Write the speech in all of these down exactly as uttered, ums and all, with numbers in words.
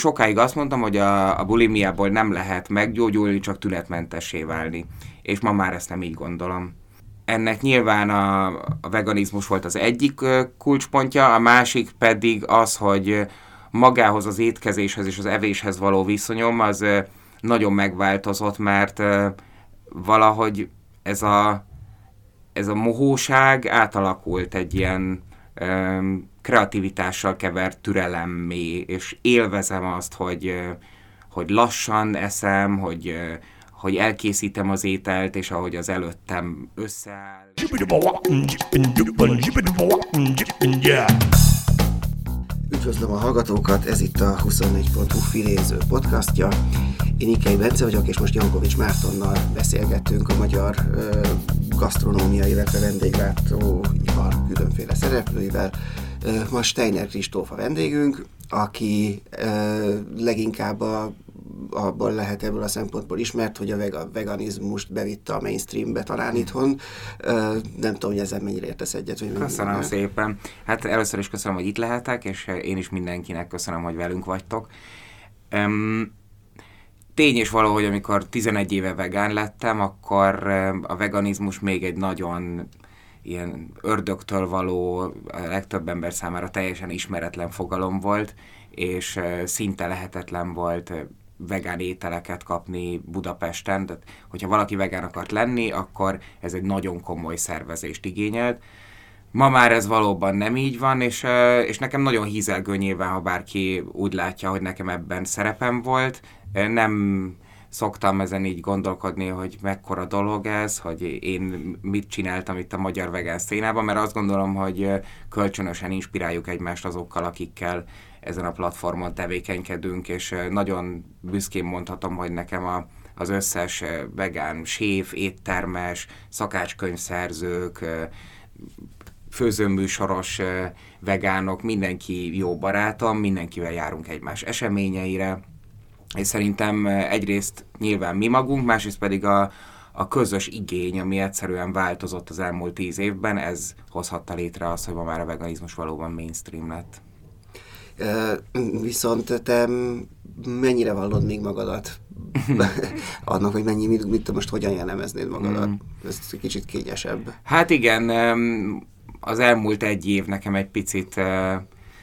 Sokáig azt mondtam, hogy a, a bulimiából nem lehet meggyógyulni, csak tünetmentessé válni. És ma már ezt nem így gondolom. Ennek nyilván a, a veganizmus volt az egyik kulcspontja, a másik pedig az, hogy magához az étkezéshez és az evéshez való viszonyom az nagyon megváltozott, mert valahogy ez a, ez a mohóság átalakult egy ilyen kreativitással kevert türelemmé, és élvezem azt, hogy, hogy lassan eszem, hogy, hogy elkészítem az ételt, és ahogy az előttem összeáll. Üdvözlöm a hallgatókat, ez itt a huszonnégy pont hu filéző podcastja. Én Ikei Bence vagyok, és most Jankovics Mártonnal beszélgettünk a magyar ö, gasztronómia, illetve vendéglátóipar különféle szereplőivel. Ö, ma Steiner Kristóf a vendégünk, aki ö, leginkább a, abban lehet ebből a szempontból ismert, hogy a veganizmust bevitte a mainstreambe talán itthon. Ö, nem tudom, hogy ezen mennyire értesz egyet. Hogy köszönöm nem. szépen. Hát először is köszönöm, hogy itt lehetek, és én is mindenkinek köszönöm, hogy velünk vagytok. Um, Tény és való, hogy amikor tizenegy éve vegán lettem, akkor a veganizmus még egy nagyon ilyen ördögtől való, a legtöbb ember számára teljesen ismeretlen fogalom volt, és szinte lehetetlen volt vegán ételeket kapni Budapesten. Tehát, hogyha valaki vegán akart lenni, akkor ez egy nagyon komoly szervezést igényelt. Ma már ez valóban nem így van, és, és nekem nagyon hízelgő nyilván, ha bárki úgy látja, hogy nekem ebben szerepem volt. Nem szoktam ezen így gondolkodni, hogy mekkora dolog ez, hogy én mit csináltam itt a magyar vegán szénában, mert azt gondolom, hogy kölcsönösen inspiráljuk egymást azokkal, akikkel ezen a platformon tevékenykedünk, és nagyon büszkén mondhatom, hogy nekem a, az összes vegán séf, éttermes, szakácskönyvszerzők, főzőműsoros vegánok, mindenki jó barátom, mindenkivel járunk egymás eseményeire, és szerintem egyrészt nyilván mi magunk, másrészt pedig a, a közös igény, ami egyszerűen változott az elmúlt tíz évben, ez hozhatta létre azt, hogy ma már a veganizmus valóban mainstream lett. Viszont te mennyire vallod még magadat annak, hogy mennyi, mit, mit most hogyan jellemeznéd magadat? Mm. Ez kicsit kényesebb. Hát igen, az elmúlt egy év nekem egy picit uh,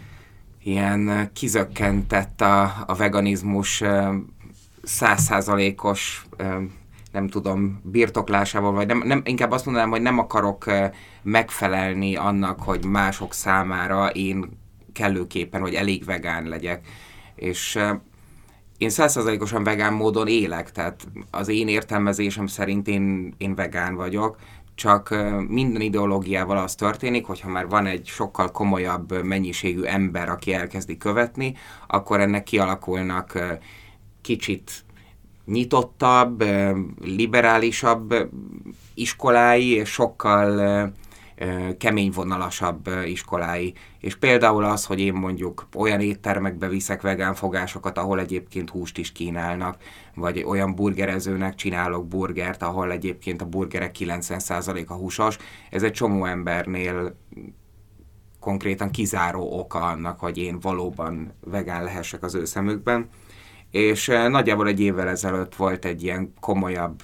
ilyen kizökkentett a, a veganizmus száz százalékos uh, nem tudom, birtoklásával, vagy nem, nem, inkább azt mondanám, hogy nem akarok uh, megfelelni annak, hogy mások számára én kellőképpen, hogy elég vegán legyek. És uh, én száz százalékosan vegán módon élek, tehát az én értelmezésem szerint én, én vegán vagyok, csak minden ideológiával az történik, hogyha már van egy sokkal komolyabb mennyiségű ember, aki elkezdi követni, akkor ennek kialakulnak kicsit nyitottabb, liberálisabb iskolái, és sokkal keményvonalasabb iskolái. És például az, hogy én mondjuk olyan éttermekbe viszek vegán fogásokat, ahol egyébként húst is kínálnak, vagy olyan burgerezőnek csinálok burgert, ahol egyébként a burgerek kilencven százaléka húsos. Ez egy csomó embernél konkrétan kizáró oka annak, hogy én valóban vegán lehessek az ő szemükben. És nagyjából egy évvel ezelőtt volt egy ilyen komolyabb,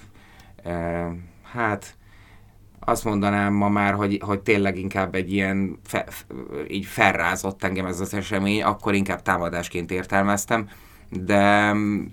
hát azt mondanám ma már, hogy, hogy tényleg inkább egy ilyen fe, így felrázott engem ez az esemény, akkor inkább támadásként értelmeztem, de,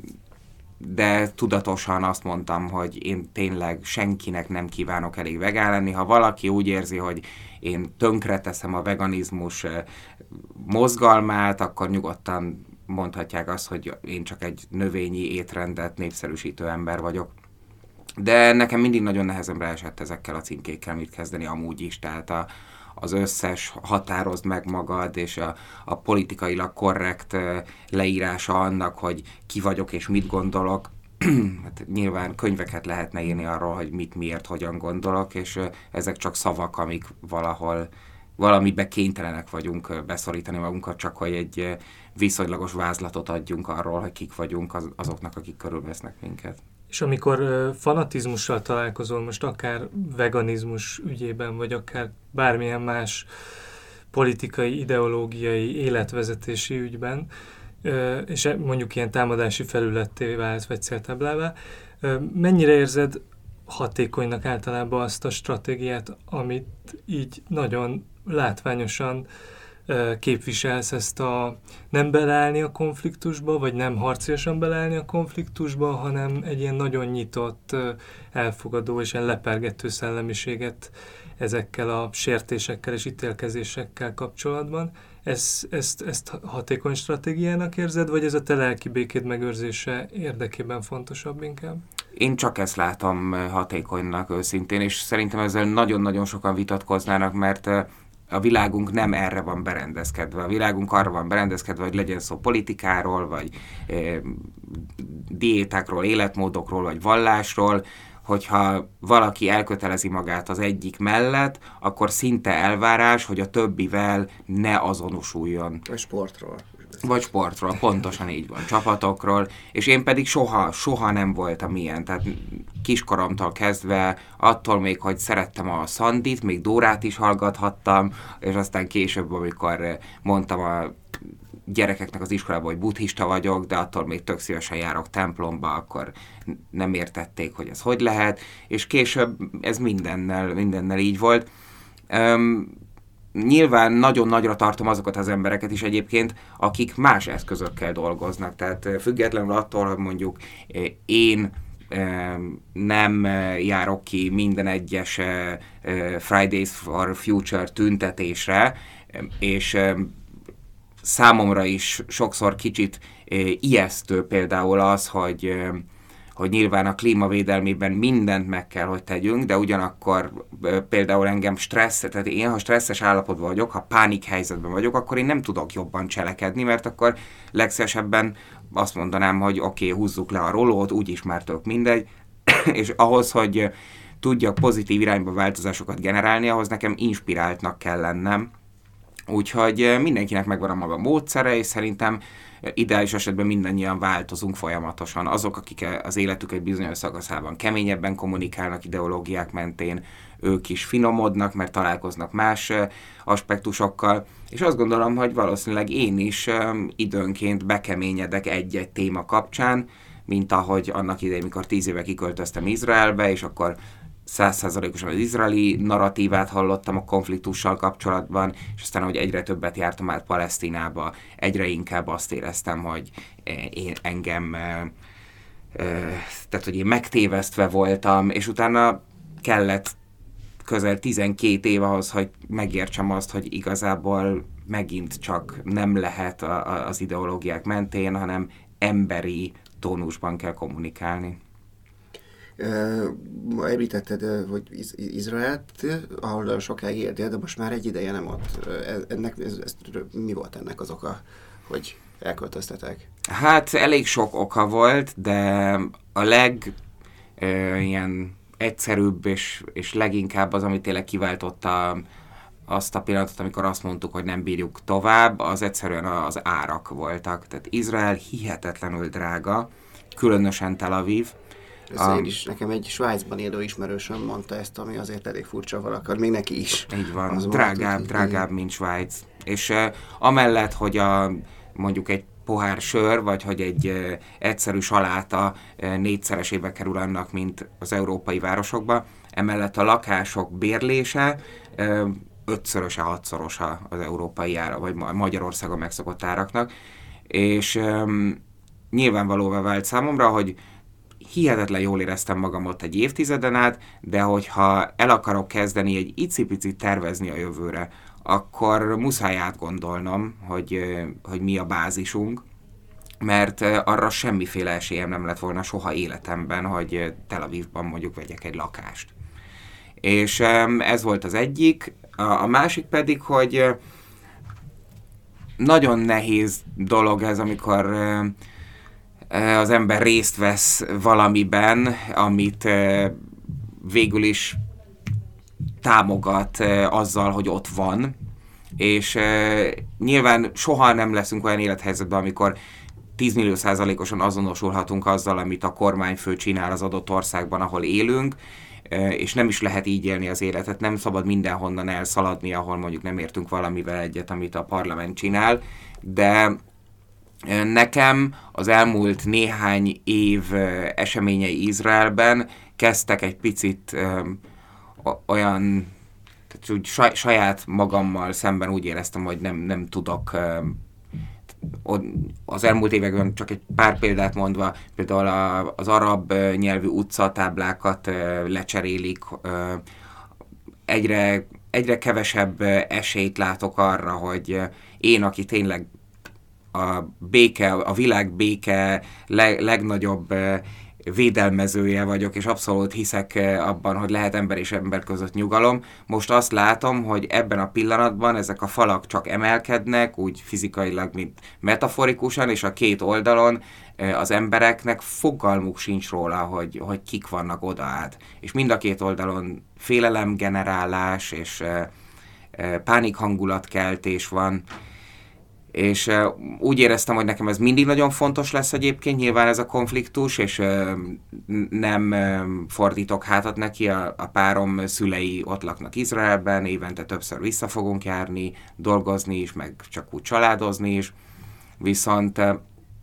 de tudatosan azt mondtam, hogy én tényleg senkinek nem kívánok elég vegán lenni. Ha valaki úgy érzi, hogy én tönkreteszem a veganizmus mozgalmát, akkor nyugodtan mondhatják azt, hogy én csak egy növényi étrendet népszerűsítő ember vagyok. De nekem mindig nagyon nehezemre esett ezekkel a címkékkel mit kezdeni amúgy is, tehát a, az összes határozd meg magad, és a, a politikailag korrekt leírása annak, hogy ki vagyok és mit gondolok. Hát nyilván könyveket lehetne írni arról, hogy mit, miért, hogyan gondolok, és ezek csak szavak, amik valahol valamibe kénytelenek vagyunk beszorítani magunkat, csak hogy egy viszonylagos vázlatot adjunk arról, hogy kik vagyunk az, azoknak, akik körülvesznek minket. És amikor uh, fanatizmussal találkozol, most akár veganizmus ügyében, vagy akár bármilyen más politikai, ideológiai, életvezetési ügyben, és mondjuk ilyen támadási felületté vált, vagy céltáblává. Mennyire érzed hatékonynak általában azt a stratégiát, amit így nagyon látványosan képviselsz, ezt a nem beleállni a konfliktusba, vagy nem harciasan beleállni a konfliktusba, hanem egy ilyen nagyon nyitott, elfogadó és ilyen lepergető szellemiséget ezekkel a sértésekkel és ítélkezésekkel kapcsolatban. Ez, ezt, ezt hatékony stratégiának érzed, vagy ez a te lelki békéd megőrzése érdekében fontosabb inkább? Én csak ezt látom hatékonynak őszintén, és szerintem ezzel nagyon-nagyon sokan vitatkoznának, mert a világunk nem erre van berendezkedve. A világunk arra van berendezkedve, hogy legyen szó politikáról, vagy eh, diétákról, életmódokról, vagy vallásról, hogyha valaki elkötelezi magát az egyik mellett, akkor szinte elvárás, hogy a többivel ne azonosuljon. Vagy sportról. Vagy sportról, pontosan így van, csapatokról, és én pedig soha, soha nem voltam ilyen, tehát kiskoromtól kezdve, attól még, hogy szerettem a Szandit, még Dórát is hallgathattam, és aztán később, amikor mondtam a gyerekeknek az iskolában, hogy buddhista vagyok, de attól még tök szívesen járok templomba, akkor nem értették, hogy ez hogy lehet, és később ez mindennel, mindennel így volt. Um, Nyilván nagyon nagyra tartom azokat az embereket is egyébként, akik más eszközökkel dolgoznak. Tehát függetlenül attól, hogy mondjuk én nem járok ki minden egyes Fridays for Future tüntetésre, és számomra is sokszor kicsit ijesztő például az, hogy hogy nyilván a klímavédelmében mindent meg kell, hogy tegyünk, de ugyanakkor például engem stressz, tehát én, ha stresszes állapotban vagyok, ha pánik helyzetben vagyok, akkor én nem tudok jobban cselekedni, mert akkor legszívesebben azt mondanám, hogy oké, okay, húzzuk le a rolót, úgyis már tök mindegy, és ahhoz, hogy tudjak pozitív irányba változásokat generálni, ahhoz nekem inspiráltnak kell lennem. Úgyhogy mindenkinek megvan a maga módszere, és szerintem ideális esetben mindannyian változunk folyamatosan. Azok, akik az életük egy bizonyos szakaszában keményebben kommunikálnak ideológiák mentén, ők is finomodnak, mert találkoznak más aspektusokkal, és azt gondolom, hogy valószínűleg én is időnként bekeményedek egy-egy téma kapcsán, mint ahogy annak idején, mikor tíz éve kiköltöztem Izraelbe, és akkor száz százalékosan az izraeli narratívát hallottam a konfliktussal kapcsolatban, és aztán, hogy egyre többet jártam át Palesztinába, egyre inkább azt éreztem, hogy én engem, tehát, hogy én megtévesztve voltam, és utána kellett közel tizenkét év ahhoz, hogy megértsem azt, hogy igazából megint csak nem lehet az ideológiák mentén, hanem emberi tónusban kell kommunikálni. Uh, említetted, uh, hogy Iz- Izraelt, ahol sokáig éltél, de most már egy ideje nem ott. Ennek, ez, ez, mi volt ennek az oka, hogy elköltöztetek? Hát elég sok oka volt, de a leg uh, ilyen egyszerűbb és, és leginkább az, ami tényleg kiváltotta azt a pillanatot, amikor azt mondtuk, hogy nem bírjuk tovább, az egyszerűen az árak voltak. Tehát Izrael hihetetlenül drága, különösen Tel Aviv. Ez én is, nekem egy Svájcban élő ismerősöm mondta ezt, ami azért elég furcsa valakar, még neki is. Így van, az drágább, volt, drágább, mint Svájc. És uh, amellett, hogy a, mondjuk egy pohár sör, vagy hogy egy uh, egyszerű saláta uh, négyszeresébe kerül annak, mint az európai városokban, emellett a lakások bérlése uh, ötszöröse, hatszorosa az európai ára, vagy Magyarországon megszokott áraknak. És um, nyilvánvalóvá vált számomra, hogy hihetetlen jól éreztem magam ott egy évtizeden át, de hogyha el akarok kezdeni egy icipicit tervezni a jövőre, akkor muszáj átgondolnom, hogy, hogy mi a bázisunk, mert arra semmiféle esélyem nem lett volna soha életemben, hogy Tel Avivban mondjuk vegyek egy lakást. És ez volt az egyik. A másik pedig, hogy nagyon nehéz dolog ez, amikor az ember részt vesz valamiben, amit végül is támogat azzal, hogy ott van, és nyilván soha nem leszünk olyan élethelyzetben, amikor tíz millió százalékosan azonosulhatunk azzal, amit a kormányfő csinál az adott országban, ahol élünk, és nem is lehet így élni az életet, nem szabad mindenhonnan elszaladni, ahol mondjuk nem értünk valamivel egyet, amit a parlament csinál, de Nekem az elmúlt néhány év eseményei Izraelben kezdtek egy picit olyan, tehát úgy saját magammal szemben úgy éreztem, hogy nem, nem tudok, az elmúlt években csak egy pár példát mondva, például az arab nyelvű utcatáblákat lecserélik, egyre, egyre kevesebb esélyt látok arra, hogy én, aki tényleg a béke, a világ béke leg, legnagyobb védelmezője vagyok, és abszolút hiszek abban, hogy lehet ember és ember között nyugalom. Most azt látom, hogy ebben a pillanatban ezek a falak csak emelkednek, úgy fizikailag, mint metaforikusan, és a két oldalon az embereknek fogalmuk sincs róla, hogy, hogy kik vannak oda át. És mind a két oldalon félelemgenerálás és pánikhangulattkeltés van, és uh, úgy éreztem, hogy nekem ez mindig nagyon fontos lesz egyébként, nyilván ez a konfliktus, és uh, nem uh, fordítok hátat neki, a, a párom szülei ott laknak Izraelben, évente többször vissza fogunk járni, dolgozni is, meg csak úgy családozni is, viszont uh,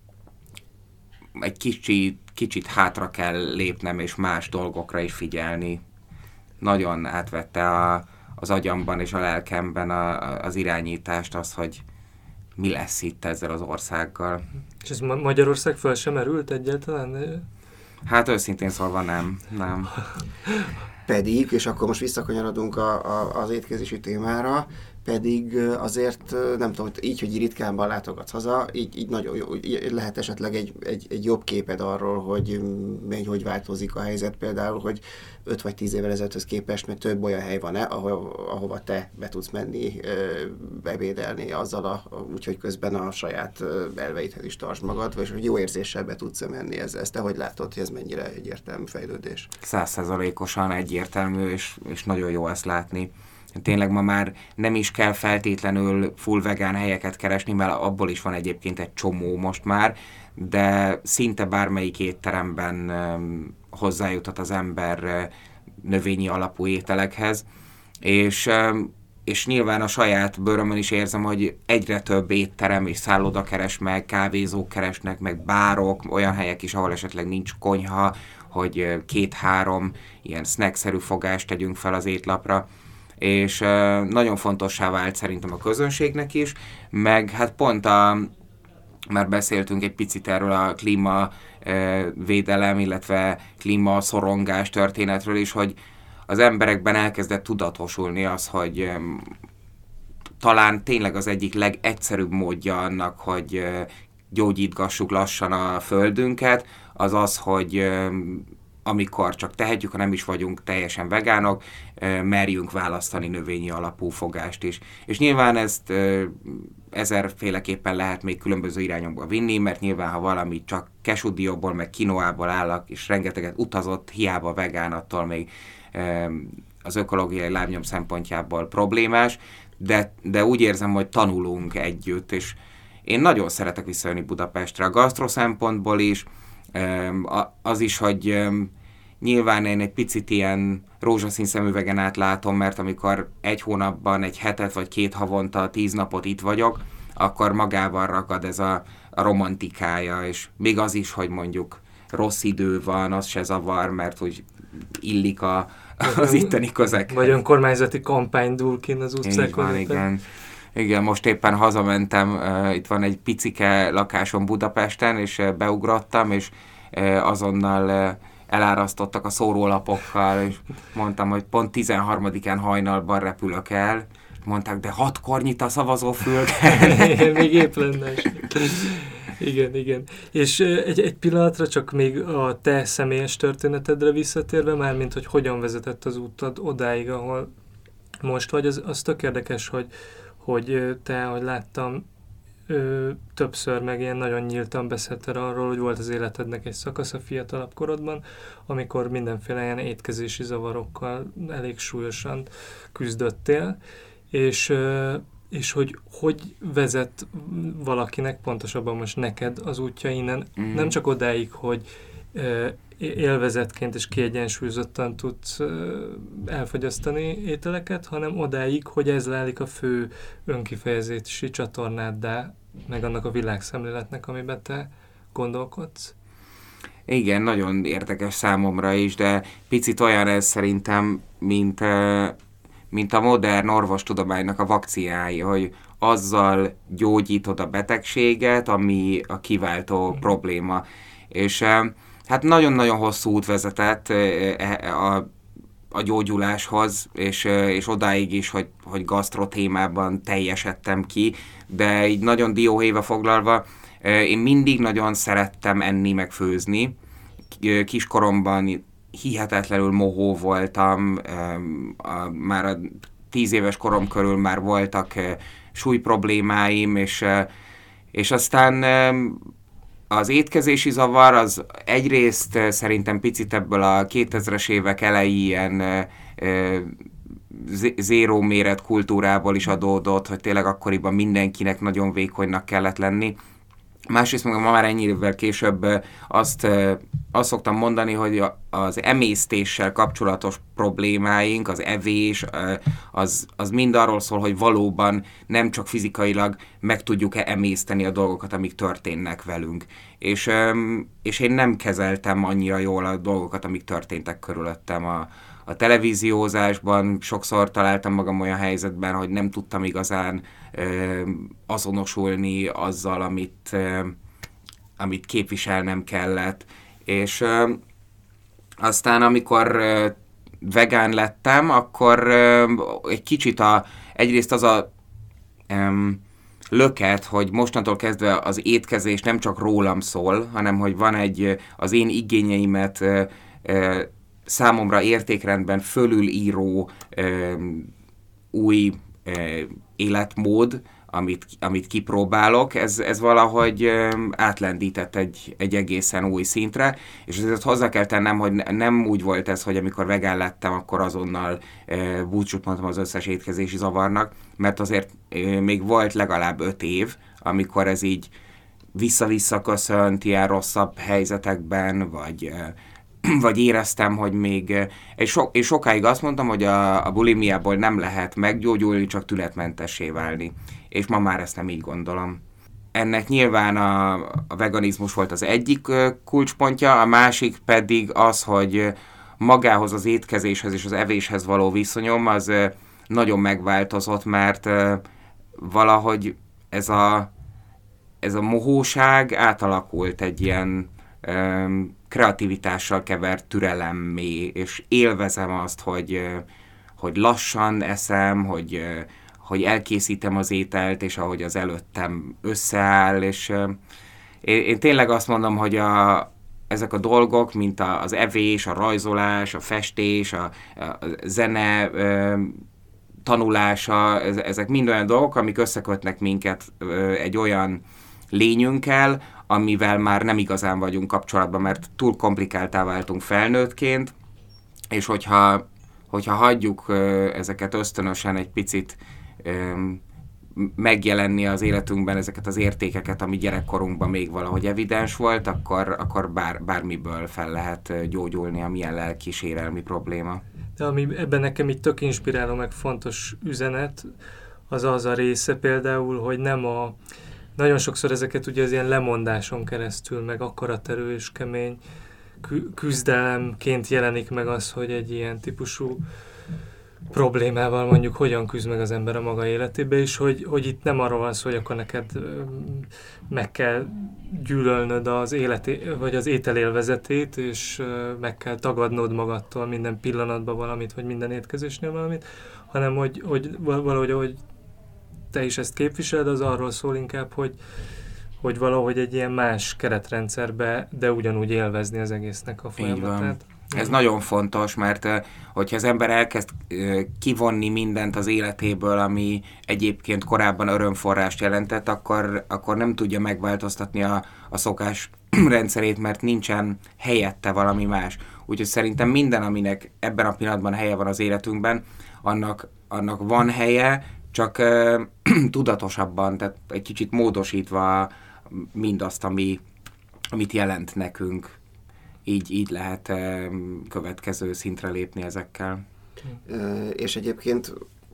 egy kicsit, kicsit hátra kell lépnem, és más dolgokra is figyelni. Nagyon átvette a, az agyamban és a lelkemben a, az irányítást az, hogy mi lesz itt ezzel az országgal. És ez Magyarország föl sem merült egyáltalán? Hát őszintén szólva nem. nem. Pedig, és akkor most visszakanyarodunk a, a, az étkezési témára, pedig azért nem tudom, így, hogy ritkánban látogatsz haza, így, így nagyon jó, így lehet esetleg egy, egy, egy jobb képed arról, hogy megy, hogy változik a helyzet, például, hogy öt vagy tíz évvel ezelőtthöz képest, mert több olyan hely van-e, ahova, ahova te be tudsz menni, bebédelni azzal, a, úgyhogy közben a saját elveidhez is tartsd magad, vagy hogy jó érzéssel be tudsz menni ezzel. Ezt te hogy látod, hogy ez mennyire egyértelmű fejlődés? Százszázalékosan egyértelmű, és, és nagyon jó ezt látni. Tényleg ma már nem is kell feltétlenül full vegán helyeket keresni, mert abból is van egyébként egy csomó most már, de szinte bármelyik étteremben hozzájutott az ember növényi alapú ételekhez, és, és nyilván a saját bőrömön is érzem, hogy egyre több étterem és szálloda keres meg, kávézók keresnek meg, bárok, olyan helyek is, ahol esetleg nincs konyha, hogy két-három ilyen snackszerű fogást tegyünk fel az étlapra, és nagyon fontossá vált szerintem a közönségnek is, meg hát pont a, már beszéltünk egy picit erről a klímavédelem, illetve klímaszorongás történetről is, hogy az emberekben elkezdett tudatosulni az, hogy talán tényleg az egyik legegyszerűbb módja annak, hogy gyógyítgassuk lassan a földünket, az az, hogy amikor csak tehetjük, ha nem is vagyunk teljesen vegánok, merjünk választani növényi alapú fogást is. És nyilván ezt ezerféleképpen lehet még különböző irányokba vinni, mert nyilván, ha valami csak kesudióból, meg kinoából áll, és rengeteget utazott, hiába vegán, attól még az ökológiai lábnyom szempontjából problémás, de, de úgy érzem, hogy tanulunk együtt, és én nagyon szeretek visszajönni Budapestre, a gasztro szempontból is, az is, hogy nyilván én egy picit ilyen rózsaszín szemüvegen át látom, mert amikor egy hónapban, egy hetet vagy két havonta, tíz napot itt vagyok, akkor magával ragad ez a, a romantikája, és még az is, hogy mondjuk rossz idő van, az se zavar, mert úgy illik a, az itteni közeg. Vagy önkormányzati kampány dúl kint az utcákon. Igen, igen. Igen, most éppen hazamentem, uh, itt van egy picike lakásom Budapesten, és uh, beugrottam, és uh, azonnal uh, elárasztottak a szórólapokkal, és mondtam, hogy pont tizenharmadikán hajnalban repülök el. Mondták, de hatkor nyit a szavazófülke. Még épp lenne. Igen, igen. És egy, egy pillanatra csak még a te személyes történetedre visszatérve, mármint, hogy hogyan vezetett az útad odáig, ahol most vagy, az, az tök érdekes, hogy, hogy te, ahogy láttam, ö, többször meg ilyen nagyon nyíltan beszéltél arról, hogy volt az életednek egy szakasza fiatalabb korodban, amikor mindenféle ilyen étkezési zavarokkal elég súlyosan küzdöttél, és, ö, és hogy hogy vezet valakinek, pontosabban most neked az útja innen, mm. nem csak odáig, hogy ö, élvezetként és kiegyensúlyozottan tudsz elfogyasztani ételeket, hanem odáig, hogy ez válik a fő önkifejezési csatornáddá, meg annak a világszemléletnek, amiben te gondolkodsz. Igen, nagyon érdekes számomra is, de picit olyan ez szerintem, mint, mint a modern orvostudománynak a vakcinái, hogy azzal gyógyítod a betegséget, ami a kiváltó mm. probléma. És hát nagyon-nagyon hosszú út vezetett a, a gyógyuláshoz, és, és odáig is, hogy, hogy gasztro témában teljesedtem ki, de így nagyon dióhéjba foglalva, én mindig nagyon szerettem enni, meg főzni. Kiskoromban hihetetlenül mohó voltam, már a tíz éves korom körül már voltak súly problémáim, és, és aztán az étkezési zavar az egyrészt szerintem picit ebből a kétezres évek elejé ilyen zéró méret kultúrából is adódott, hogy tényleg akkoriban mindenkinek nagyon vékonynak kellett lenni. Másrészt meg ma már ennyi évvel később azt, azt szoktam mondani, hogy az emésztéssel kapcsolatos problémáink, az evés, az, az mind arról szól, hogy valóban nem csak fizikailag meg tudjuk-e emészteni a dolgokat, amik történnek velünk. És, és én nem kezeltem annyira jól a dolgokat, amik történtek körülöttem a, a televíziózásban. Sokszor találtam magam olyan helyzetben, hogy nem tudtam igazán ö, azonosulni azzal, amit, ö, amit képviselnem kellett. És ö, aztán, amikor ö, vegán lettem, akkor ö, egy kicsit a, egyrészt az a ö, löket, hogy mostantól kezdve az étkezés nem csak rólam szól, hanem hogy van egy az én igényeimet ö, ö, számomra értékrendben fölülíró ö, új ö, életmód, amit, amit kipróbálok, ez, ez valahogy ö, átlendített egy, egy egészen új szintre, és ezért hozzá kell tennem, hogy nem úgy volt ez, hogy amikor vegán lettem, akkor azonnal ö, búcsút mondtam az összes étkezési zavarnak, mert azért ö, még volt legalább öt év, amikor ez így vissza-vissza köszönt ilyen rosszabb helyzetekben, vagy ö, vagy éreztem, hogy még, és, so, és sokáig azt mondtam, hogy a, a bulimiából nem lehet meggyógyulni, csak tünetmentessé válni. És ma már ezt nem így gondolom. Ennek nyilván a, a veganizmus volt az egyik kulcspontja, a másik pedig az, hogy magához az étkezéshez és az evéshez való viszonyom az nagyon megváltozott, mert valahogy ez a, ez a mohóság átalakult egy ilyen kreativitással kevert türelemmé, és élvezem azt, hogy, hogy lassan eszem, hogy, hogy elkészítem az ételt, és ahogy az előttem összeáll, és én, én tényleg azt mondom, hogy a, ezek a dolgok, mint a, az evés, a rajzolás, a festés, a, a zene tanulása, ezek mind olyan dolgok, amik összekötnek minket egy olyan lényünkkel, amivel már nem igazán vagyunk kapcsolatban, mert túl komplikáltá váltunk felnőttként, és hogyha, hogyha hagyjuk ezeket ösztönösen egy picit megjelenni az életünkben ezeket az értékeket, ami gyerekkorunkban még valahogy evidens volt, akkor, akkor bár, bármiből fel lehet gyógyulni, amilyen lelkisérelmi probléma. De ami ebben nekem így tök inspiráló, meg fontos üzenet, az az a része például, hogy nem a nagyon sokszor ezeket ugye az ilyen lemondáson keresztül, meg akaraterő és kemény küzdelemként jelenik meg az, hogy egy ilyen típusú problémával mondjuk hogyan küzd meg az ember a maga életébe, és hogy, hogy itt nem arról van szó, hogy akkor neked meg kell gyűlölnöd az életé, vagy az ételélvezetét, és meg kell tagadnod magadtól minden pillanatban valamit, vagy minden étkezésnél valamit, hanem hogy, hogy valahogy, hogy te is ezt képviseled, az arról szól inkább, hogy, hogy valahogy egy ilyen más keretrendszerbe, de ugyanúgy élvezni az egésznek a folyamatát. Ez mm. nagyon fontos, mert hogyha az ember elkezd kivonni mindent az életéből, ami egyébként korábban örömforrást jelentett, akkor, akkor nem tudja megváltoztatni a, a szokás rendszerét, mert nincsen helyette valami más. Úgyhogy szerintem minden, aminek ebben a pillanatban helye van az életünkben, annak, annak van helye, csak uh, tudatosabban, tehát egy kicsit módosítva mindazt, ami, amit jelent nekünk. így, így lehet következő szintre lépni ezekkel. És egyébként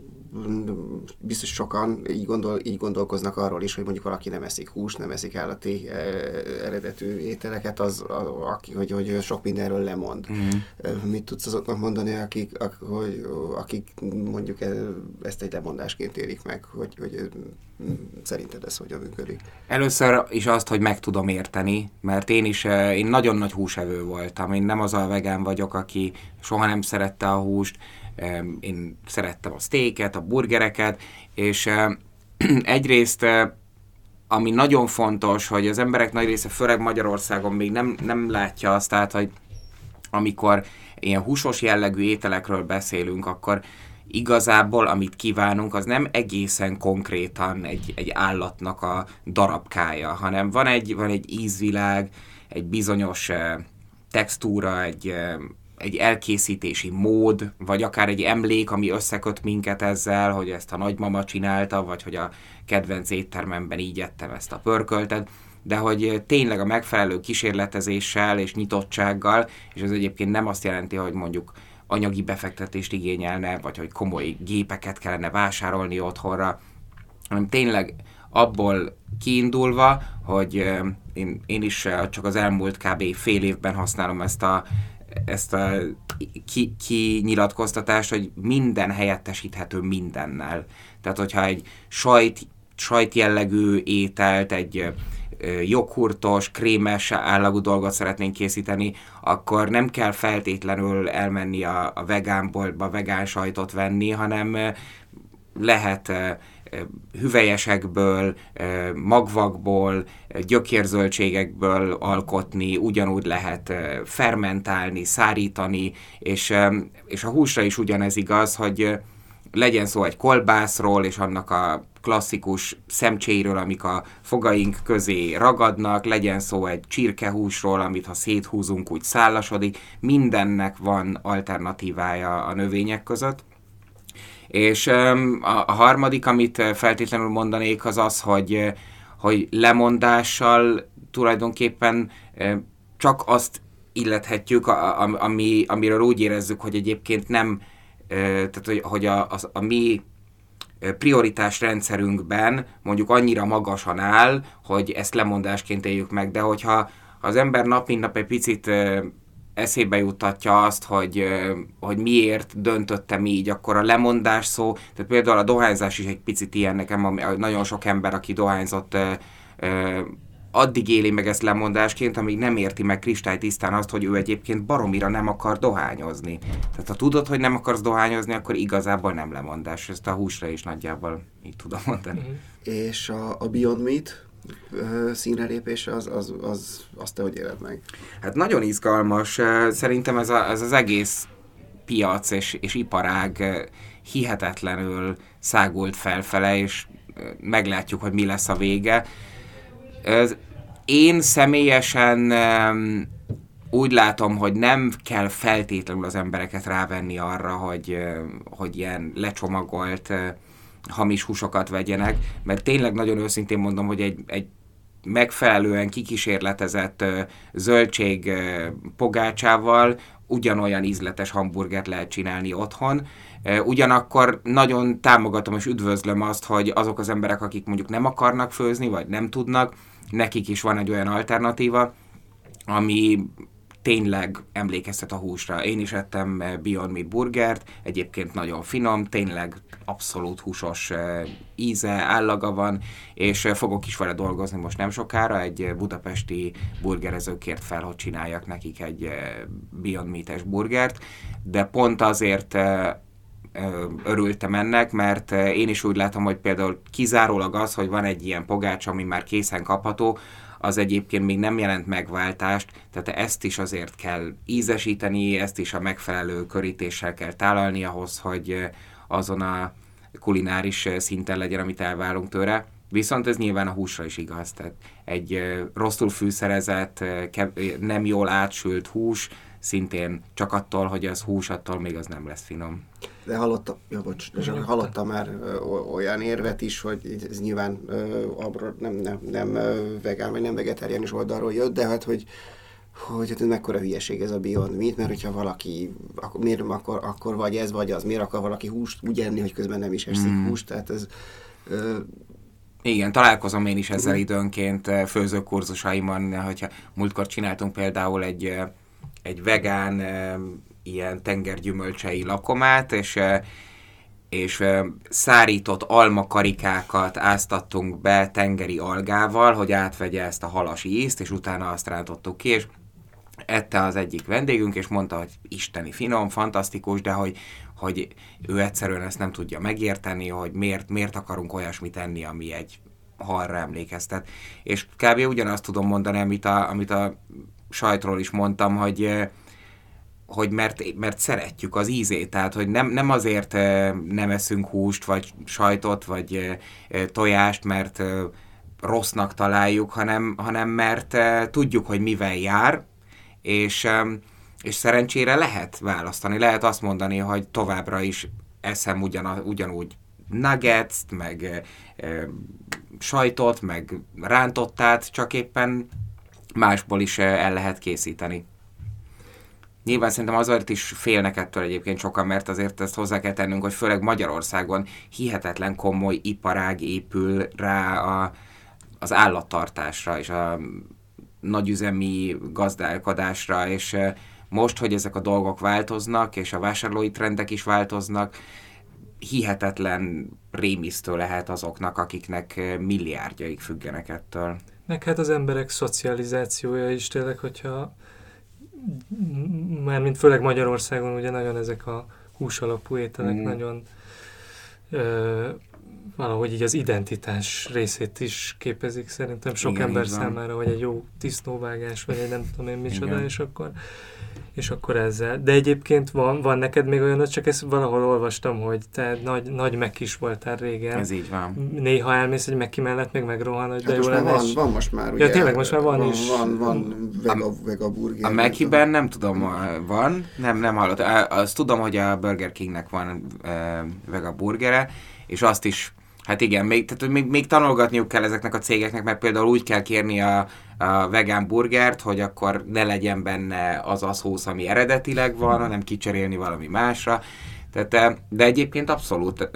biztos sokan így, gondol, így gondolkoznak arról is, hogy mondjuk valaki nem eszik húst, nem eszik állati eredetű ételeket, az, a, aki, hogy, hogy sok mindenről lemond. Mm. Mit tudsz azoknak mondani, akik, ak, hogy, akik mondjuk ezt egy lemondásként érik meg, hogy, hogy szerinted ez hogyan működik? Először is azt, hogy meg tudom érteni, mert én is én nagyon nagy húsevő voltam. Én nem az a vegán vagyok, aki soha nem szerette a húst. Én szerettem a steaket, a burgereket, és egyrészt, ami nagyon fontos, hogy az emberek nagy része, főleg Magyarországon még nem, nem látja azt, tehát, hogy amikor ilyen húsos jellegű ételekről beszélünk, akkor igazából, amit kívánunk, az nem egészen konkrétan egy, egy állatnak a darabkája, hanem van egy, van egy ízvilág, egy bizonyos textúra, egy egy elkészítési mód, vagy akár egy emlék, ami összeköt minket ezzel, hogy ezt a nagymama csinálta, vagy hogy a kedvenc éttermemben így ettem ezt a pörköltet, de hogy tényleg a megfelelő kísérletezéssel és nyitottsággal, és ez egyébként nem azt jelenti, hogy mondjuk anyagi befektetést igényelne, vagy hogy komoly gépeket kellene vásárolni otthonra, hanem tényleg abból kiindulva, hogy én, én is csak az elmúlt kb. Fél évben használom ezt a ezt a kinyilatkoztatást, ki hogy minden helyettesíthető mindennel. Tehát, hogyha egy sajt, sajt jellegű ételt, egy joghurtos, krémes állagú dolgot szeretnénk készíteni, akkor nem kell feltétlenül elmenni a, a vegán boltba, vegán sajtot venni, hanem lehet hüvelyesekből, magvakból, gyökérzöldségekből alkotni, ugyanúgy lehet fermentálni, szárítani, és, és a húsra is ugyanez igaz, hogy legyen szó egy kolbászról, és annak a klasszikus szemcséiről, amik a fogaink közé ragadnak, legyen szó egy csirkehúsról, amit ha széthúzunk, úgy szállasodik, mindennek van alternatívája a növények között. És a harmadik, amit feltétlenül mondanék, az az, hogy, hogy lemondással tulajdonképpen csak azt illethetjük, ami, amiről úgy érezzük, hogy egyébként nem, tehát hogy, hogy a, a, a mi prioritás rendszerünkben mondjuk annyira magasan áll, hogy ezt lemondásként éljük meg, de hogyha az ember nap mint nap egy picit eszébe juttatja azt, hogy, hogy miért döntöttem így, akkor a lemondás szó, tehát például a dohányzás is egy picit ilyen nekem, nagyon sok ember, aki dohányzott, addig éli meg ezt lemondásként, amíg nem érti meg kristálytisztán azt, hogy ő egyébként baromira nem akar dohányozni. Tehát ha tudod, hogy nem akarsz dohányozni, akkor igazából nem lemondás. Ezt a húsra is nagyjából így tudom mondani. Mm-hmm. És a, a Beyond Meat színre lépése, az, az, az, azt te hogy éled meg? Hát nagyon izgalmas. Szerintem ez, a, ez az egész piac és, és iparág hihetetlenül szágult felfele, és meglátjuk, hogy mi lesz a vége. Én személyesen úgy látom, hogy nem kell feltétlenül az embereket rávenni arra, hogy, hogy ilyen lecsomagolt hamis húsokat vegyenek, mert tényleg nagyon őszintén mondom, hogy egy, egy megfelelően kikísérletezett zöldség pogácsával ugyanolyan ízletes hamburgert lehet csinálni otthon. Ugyanakkor nagyon támogatom és üdvözlöm azt, hogy azok az emberek, akik mondjuk nem akarnak főzni, vagy nem tudnak, nekik is van egy olyan alternatíva, ami tényleg emlékeztet a húsra. Én is ettem Beyond Meat burgert, egyébként nagyon finom, tényleg abszolút húsos íze, állaga van, és fogok is vele dolgozni most nem sokára, egy budapesti burgerezőkért fel, hogy csináljak nekik egy Beyond Meat-es burgert, de pont azért örültem ennek, mert én is úgy látom, hogy például kizárólag az, hogy van egy ilyen pogácsa, ami már készen kapható, az egyébként még nem jelent megváltást, tehát ezt is azért kell ízesíteni, ezt is a megfelelő körítéssel kell tálalni ahhoz, hogy azon a kulináris szinten legyen, amit elvárunk tőle. Viszont ez nyilván a húsra is igaz, tehát egy rosszul fűszerezett, nem jól átsült hús, szintén csak attól, hogy az hús, attól még az nem lesz finom. De hallottam, ja, bocs, de hallottam már ö, olyan érvet is, hogy ez nyilván ö, abról nem, nem, nem vegán vagy nem vegetáriánus oldalról jött, de hát, hogy, hogy hát mekkora hülyeség ez a Beyond Meat, mert hogyha valaki, akkor, miért, akkor, akkor vagy ez, vagy az, miért akar valaki húst úgy enni, hogy közben nem is eszik mm. húst, tehát ez... Ö... Igen, találkozom én is ezzel időnként főzőkurzusaimon, hogyha múltkor csináltunk például egy, egy vegán ilyen tengergyümölcsei lakomát, és és szárított almakarikákat áztattunk be tengeri algával, hogy átvegye ezt a halas ízt, és utána azt rántottuk ki, és ette az egyik vendégünk, és mondta, hogy isteni finom, fantasztikus, de hogy, hogy ő egyszerűen ezt nem tudja megérteni, hogy miért, miért akarunk olyasmit enni, ami egy halra emlékeztet. És kb. Ugyanazt tudom mondani, amit a, amit a sajtról is mondtam, hogy hogy mert, mert szeretjük az ízét, tehát hogy nem, nem azért nem eszünk húst, vagy sajtot, vagy tojást, mert rossznak találjuk, hanem, hanem mert tudjuk, hogy mivel jár, és, és szerencsére lehet választani, lehet azt mondani, hogy továbbra is eszem ugyan, ugyanúgy nuggets, meg sajtot, meg rántottát, csak éppen másból is el lehet készíteni. Nyilván szerintem azért is félnek ettől egyébként sokan, mert azért ezt hozzá kell tennünk, hogy főleg Magyarországon hihetetlen komoly iparág épül rá a, az állattartásra és a nagyüzemi gazdálkodásra, és most, hogy ezek a dolgok változnak, és a vásárlói trendek is változnak, hihetetlen rémisztő lehet azoknak, akiknek milliárdjaik függenek ettől. Meg hát az emberek szocializációja is tényleg, hogyha mármint főleg Magyarországon ugye nagyon ezek a hús alapú ételek mm. nagyon ö, valahogy így az identitás részét is képezik szerintem sok igen, ember számára, hogy egy jó disznóvágás, vagy egy nem tudom én micsoda, igen. és akkor és akkor ezzel. De egyébként van, van neked még olyanod, csak ezt valahol olvastam, hogy te nagy, nagy Mac-is voltál régen. Ez így van. Néha elmész egy Mac-i mellett, még megrohanod, de hát jó lenne. Van, van most már, ugye? Ja, tényleg most már van, van is. Van, van vega, vega burger. A Mac-iben nem tudom, van, nem, nem hallottam. Azt tudom, hogy a Burger Kingnek van uh, vega burgere, és azt is, hát igen, még, tehát még, még tanulgatniuk kell ezeknek a cégeknek, mert például úgy kell kérni a, a vegán burgert, hogy akkor ne legyen benne az a szósz, ami eredetileg van, hanem kicserélni valami másra. Tehát, de egyébként abszolút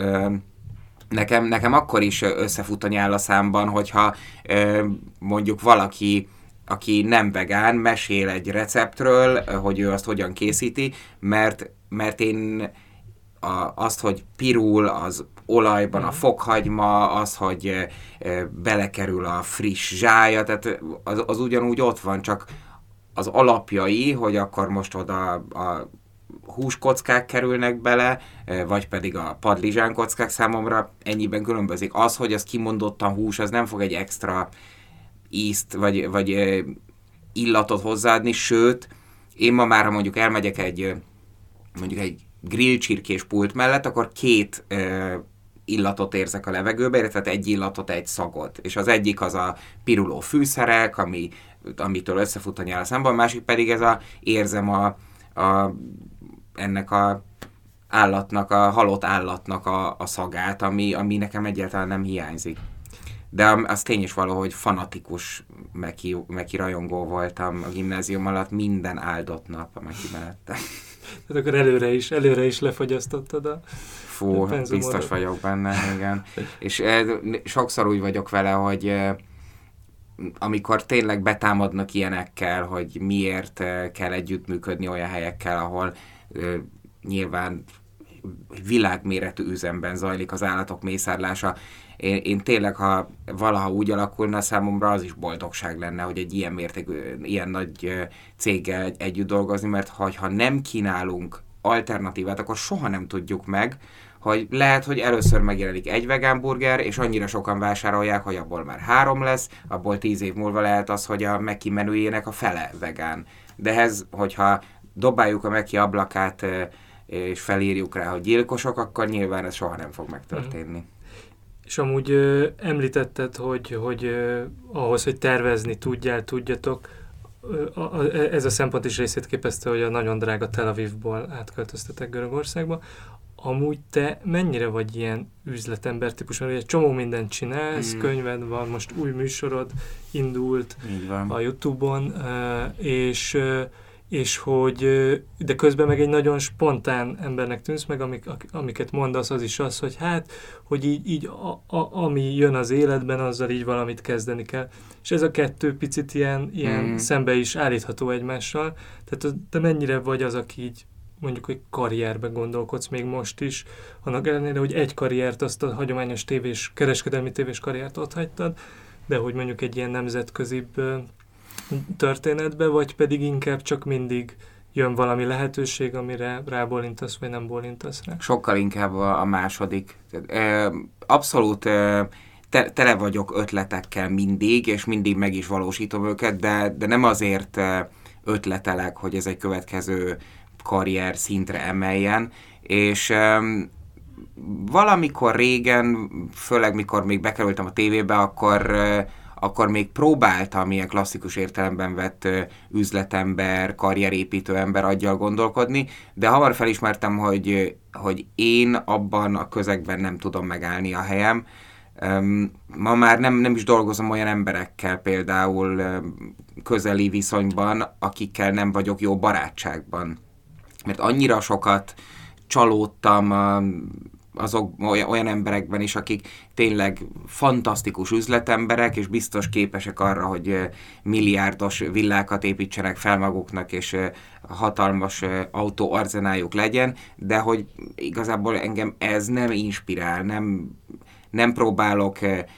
nekem, nekem akkor is összefut a nyál a számban, hogyha mondjuk valaki, aki nem vegán, mesél egy receptről, hogy ő azt hogyan készíti, mert, mert én a, azt, hogy pirul az olajban a fokhagyma, az, hogy e, belekerül a friss zsája, tehát az, az ugyanúgy ott van, csak az alapjai, hogy akkor most oda a húskockák kerülnek bele, e, vagy pedig a padlizsánkockák, számomra ennyiben különbözik. Az, hogy az kimondottan hús, az nem fog egy extra ízt, vagy, vagy e, illatot hozzáadni, sőt, én ma már, ha mondjuk elmegyek egy, mondjuk egy grillcsirkés pult mellett, akkor két e, illatot érzek a levegőbe, tehát egy illatot, egy szagot. És az egyik az a piruló fűszerek, ami, amitől összefut a nyál a számban, a másik pedig ez a, érzem a, a, ennek a állatnak, a halott állatnak a, a szagát, ami, ami nekem egyáltalán nem hiányzik. De az tény is valahogy fanatikus Meki, Meki rajongó voltam a gimnázium alatt, minden áldott nap a Meki mellette. Tehát akkor előre is, előre is lefagyasztottad a Fú, biztos vagyok benne, igen. És eh, sokszor úgy vagyok vele, hogy eh, amikor tényleg betámadnak ilyenekkel, hogy miért eh, kell együttműködni olyan helyekkel, ahol eh, nyilván világméretű üzemben zajlik az állatok mészárlása. Én, én tényleg, ha valaha úgy alakulna, számomra az is boldogság lenne, hogy egy ilyen mértékű, ilyen nagy eh, céggel együtt dolgozni, mert ha nem kínálunk alternatívát, akkor soha nem tudjuk meg, hogy lehet, hogy először megjelenik egy vegán burger, és annyira sokan vásárolják, hogy abból már három lesz, abból tíz év múlva lehet az, hogy a Meki menüjének a fele vegán. De ez, hogyha dobáljuk a Meki ablakát, és felírjuk rá, hogy gyilkosok, akkor nyilván ez soha nem fog megtörténni. Mm. És amúgy ö, említetted, hogy, hogy ö, ahhoz, hogy tervezni tudjál, tudjatok, ö, a, a, ez a szempont is részét képezte, hogy a nagyon drága Tel Avivból átköltöztetek Görögországba. amúgy te mennyire vagy ilyen üzletember típus, mert egy csomó mindent csinálsz, mm. könyved van, most új műsorod indult a YouTube-on, és, és hogy, de közben meg egy nagyon spontán embernek tűnsz meg, amik, amiket mondasz, az is az, hogy hát, hogy így, így a, a, ami jön az életben, azzal így valamit kezdeni kell. És ez a kettő picit ilyen, ilyen mm. szembe is állítható egymással. Tehát te mennyire vagy az, aki így mondjuk, hogy karrierbe gondolkodsz még most is, annak ellenére, hogy egy karriert, azt a hagyományos tévés, kereskedelmi tévés karriert ott hagytad, de hogy mondjuk egy ilyen nemzetközibb történetbe, vagy pedig inkább csak mindig jön valami lehetőség, amire rábólintasz, vagy nem bólintasz rá? Sokkal inkább a második. Abszolút tele vagyok ötletekkel mindig, és mindig meg is valósítom őket, de, de nem azért ötletelek, hogy ez egy következő karrier szintre emeljen, és um, valamikor régen, főleg mikor még bekerültem a tévébe, akkor, uh, akkor még próbáltam ilyen klasszikus értelemben vett uh, üzletember, karrierépítő ember aggyal gondolkodni, de hamar felismertem, hogy, hogy én abban a közegben nem tudom megállni a helyem. Um, ma már nem, nem is dolgozom olyan emberekkel például um, közeli viszonyban, akikkel nem vagyok jó barátságban. Mert annyira sokat csalódtam azok olyan emberekben is, akik tényleg fantasztikus üzletemberek, és biztos képesek arra, hogy milliárdos villákat építsenek fel maguknak, és hatalmas autóarzenájuk legyen, de hogy igazából engem ez nem inspirál, nem, nem próbálok...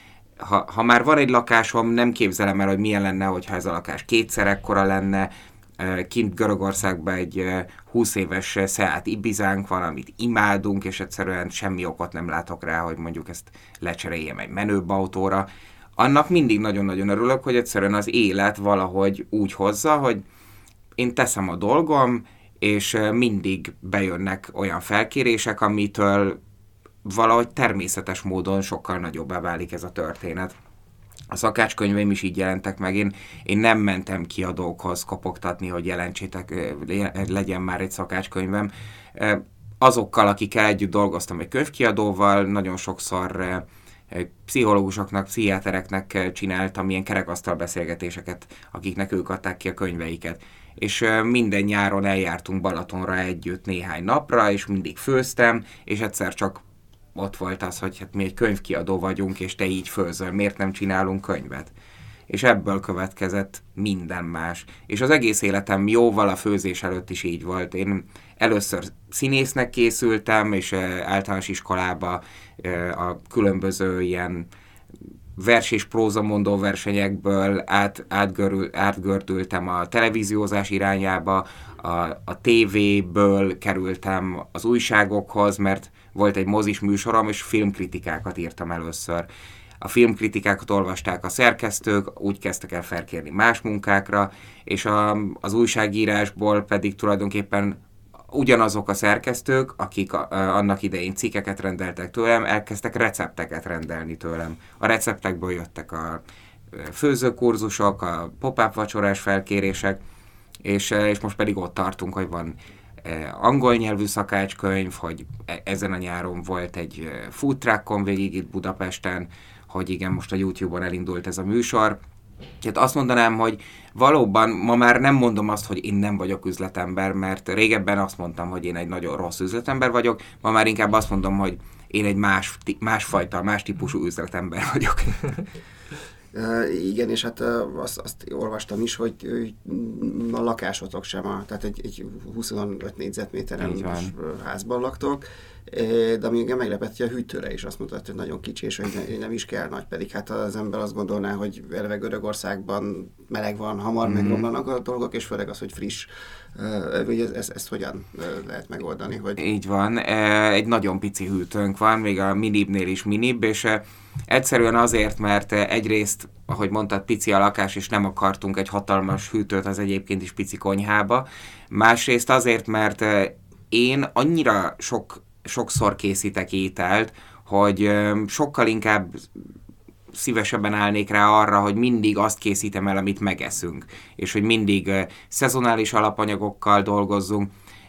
Ha, ha már van egy lakásom, nem képzelem el, hogy milyen lenne, hogyha ez a lakás kétszer ekkora lenne. Kint Görögországban egy húsz éves Seat Ibizánk van, amit imádunk, és egyszerűen semmi okot nem látok rá, hogy mondjuk ezt lecseréljem egy menőbb autóra. Annak mindig nagyon-nagyon örülök, hogy egyszerűen az élet valahogy úgy hozza, hogy én teszem a dolgom, és mindig bejönnek olyan felkérések, amitől valahogy természetes módon sokkal nagyobbá válik ez a történet. A szakácskönyveim is így jelentek meg. Én, én nem mentem kiadókhoz kopogtatni, hogy jelentsétek, legyen már egy szakácskönyvem. Azokkal, akikkel együtt dolgoztam egy könyvkiadóval, nagyon sokszor pszichológusoknak, pszichiátereknek csináltam ilyen kerekasztal beszélgetéseket, akiknek ők adták ki a könyveiket. És minden nyáron eljártunk Balatonra együtt néhány napra, és mindig főztem, és egyszer csak ott volt az, hogy hát mi egy könyvkiadó vagyunk, és te így főzöl, miért nem csinálunk könyvet? És ebből következett minden más. És az egész életem jóval a főzés előtt is így volt. Én először színésznek készültem, és általános iskolába a különböző ilyen vers- és prózamondó versenyekből át, átgörül, átgördültem a televíziózás irányába, a, a tévéből kerültem az újságokhoz, mert volt egy mozis műsorom, és filmkritikákat írtam először. A filmkritikákat olvasták a szerkesztők, úgy kezdtek el felkérni más munkákra, és a, az újságírásból pedig tulajdonképpen ugyanazok a szerkesztők, akik a, a, annak idején cikkeket rendeltek tőlem, elkezdtek recepteket rendelni tőlem. A receptekből jöttek a főzőkurzusok, a pop-up vacsorás felkérések, és, és most pedig ott tartunk, hogy van angol nyelvű szakácskönyv, hogy ezen a nyáron volt egy food truckon végig itt Budapesten, hogy igen, most a YouTube-on elindult ez a műsor. Tehát azt mondanám, hogy valóban ma már nem mondom azt, hogy én nem vagyok üzletember, mert régebben azt mondtam, hogy én egy nagyon rossz üzletember vagyok, ma már inkább azt mondom, hogy én egy más, másfajta, más típusú üzletember vagyok. Uh, igen, és hát uh, azt, azt olvastam is, hogy uh, a lakásotok sem, a, tehát egy, egy huszonöt négyzetméteren házban laktok, de ami engem meglepett, hogy a hűtőre is azt mutat, hogy nagyon kicsi, és hogy ne, nem is kell nagy, pedig hát az ember azt gondolná, hogy eleve Görögországban meleg van, hamar mm-hmm. megromlanak a dolgok, és főleg az, hogy friss. Uh, hogy ez, ezt, ezt hogyan uh, lehet megoldani? Hogy... Így van, egy nagyon pici hűtőnk van, még a minibnél is minibb, és egyszerűen azért, mert egyrészt, ahogy mondtad, pici a lakás, és nem akartunk egy hatalmas hűtőt az egyébként is pici konyhába. Másrészt azért, mert én annyira sok, sokszor készítek ételt, hogy sokkal inkább szívesebben állnék rá arra, hogy mindig azt készítem el, amit megeszünk, és hogy mindig szezonális alapanyagokkal dolgozzunk.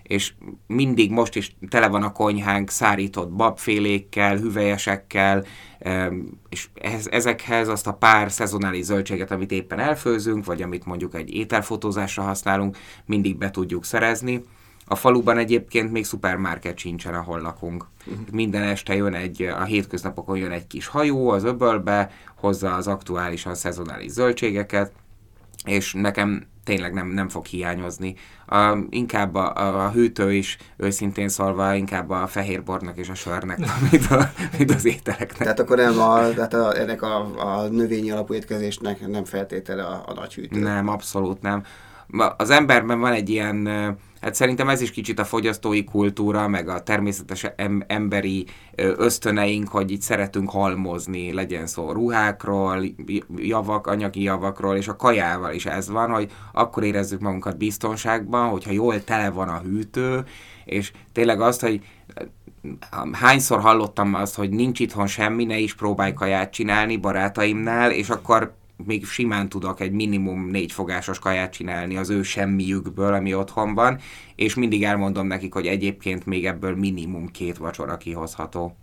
és mindig most is tele van a konyhánk szárított babfélékkel, hüvelyesekkel, és ezekhez azt a pár szezonális zöldséget, amit éppen elfőzünk, vagy amit mondjuk egy ételfotózásra használunk, mindig be tudjuk szerezni. A faluban egyébként még szupermarket sincsen, ahol lakunk. Uh-huh. Minden este jön egy, a hétköznapokon jön egy kis hajó az öbölbe, hozza az aktuálisan szezonális zöldségeket, és nekem tényleg nem, nem fog hiányozni. A, inkább a, a hűtő is, őszintén szólva, inkább a fehérbornak és a sörnek, mint, a, mint az ételeknek. Tehát akkor nem a, tehát a, ennek a, a növényi alapú étkezésnek nem feltétele a, a nagy hűtő? Nem, abszolút nem. Az emberben van egy ilyen, hát szerintem ez is kicsit a fogyasztói kultúra, meg a természetes em- emberi ösztöneink, hogy így szeretünk halmozni, legyen szó ruhákról, javak, anyagi javakról, és a kajával is ez van, hogy akkor érezzük magunkat biztonságban, hogyha jól tele van a hűtő, és tényleg azt, hogy hányszor hallottam azt, hogy nincs itthon semmi, ne is próbálj kaját csinálni barátaimnál, és akkor még simán tudok egy minimum négy fogásos kaját csinálni az ő semmiükből, ami otthon van, és mindig elmondom nekik, hogy egyébként még ebből minimum két vacsora kihozható.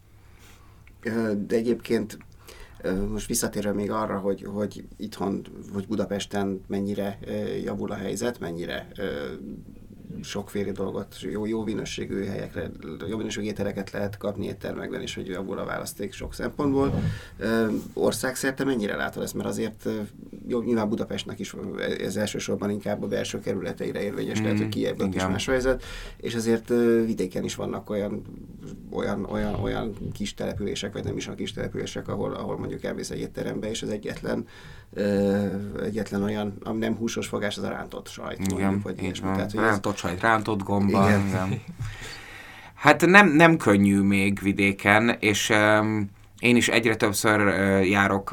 De egyébként most visszatérve még arra, hogy, hogy itthon, vagy Budapesten mennyire javul a helyzet, mennyire sokféle dolgot, jó, jó minőségű helyekre, jó minőségű ételeket lehet kapni éttermekben, és hogy javul a választék sok szempontból. Országszerte mennyire látod ezt? Mert azért jó, nyilván Budapestnek is ez elsősorban inkább a belső kerületeire érvényes, mm, lehet, hogy Kijevben is más helyzet, és azért vidéken is vannak olyan, olyan, olyan, olyan kis települések, vagy nem is a kis települések, ahol, ahol mondjuk elmész egy étterembe, és az egyetlen, egyetlen olyan, ami nem húsos fogás, az a rántott sajt. Igen, mondjuk, vagy ilyesmi. Tehát, rántott sajt, rántott gomba. Igen. Igen. Hát nem, nem könnyű még vidéken, és um, én is egyre többször uh, járok,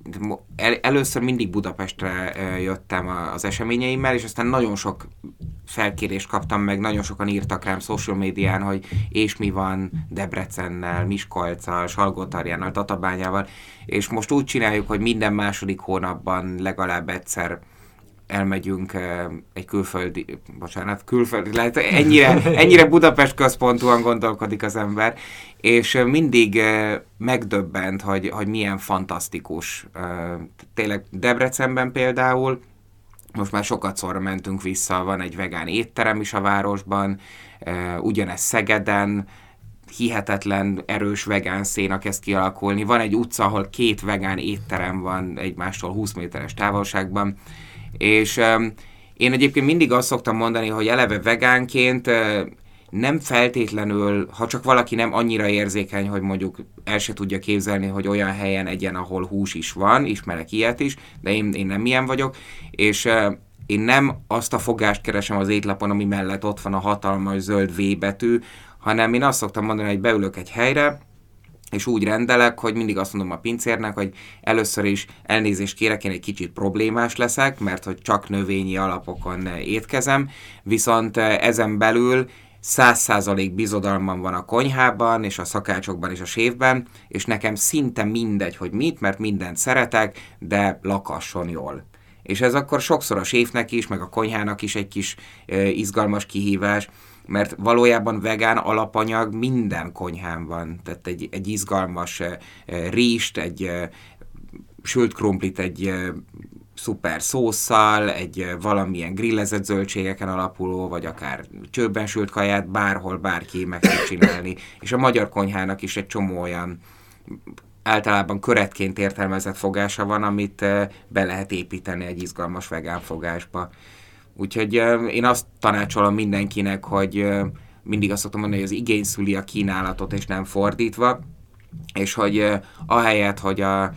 El, először mindig Budapestre uh, jöttem az eseményeimmel, és aztán nagyon sok felkérést kaptam meg, nagyon sokan írtak rám social médián, hogy és mi van Debrecennel, Miskolccal, Salgótarjánnal, Tatabányával, és most úgy csináljuk, hogy minden második hónapban legalább egyszer elmegyünk egy külföldi, bocsánat, külföldi, lehet, ennyire, ennyire Budapest központúan gondolkodik az ember, és mindig megdöbbent, hogy, hogy milyen fantasztikus. Tényleg Debrecenben például, most már sokat szorra mentünk vissza, van egy vegán étterem is a városban, ugyanez Szegeden, hihetetlen erős vegán széna kezd kialakulni. Van egy utca, ahol két vegán étterem van egymástól húsz méteres távolságban, és um, én egyébként mindig azt szoktam mondani, hogy eleve vegánként uh, nem feltétlenül, ha csak valaki nem annyira érzékeny, hogy mondjuk el se tudja képzelni, hogy olyan helyen egyen, ahol hús is van, ismerek ilyet is, de én, én nem ilyen vagyok, és uh, én nem azt a fogást keresem az étlapon, ami mellett ott van a hatalmas zöld V betű, hanem én azt szoktam mondani, hogy beülök egy helyre, és úgy rendelek, hogy mindig azt mondom a pincérnek, hogy először is elnézést kérek, én egy kicsit problémás leszek, mert hogy csak növényi alapokon étkezem, viszont ezen belül száz százalék bizodalmam van a konyhában, és a szakácsokban, és a séfben, és nekem szinte mindegy, hogy mit, mert mindent szeretek, de lakasson jól. És ez akkor sokszor a séfnek is, meg a konyhának is egy kis e, izgalmas kihívás, mert valójában vegán alapanyag minden konyhán van. Tehát egy, egy izgalmas e, e, rizst, egy e, sült krumplit, egy e, szuper szósszal, egy e, valamilyen grillezett zöldségeken alapuló, vagy akár csőben sült kaját, bárhol bárki meg tud csinálni. És a magyar konyhának is egy csomó olyan általában köretként értelmezett fogása van, amit e, be lehet építeni egy izgalmas vegán fogásba. Úgyhogy uh, én azt tanácsolom mindenkinek, hogy uh, mindig azt szoktam mondani, hogy az igény szüli a kínálatot, és nem fordítva, és hogy uh, ahelyett, hogy a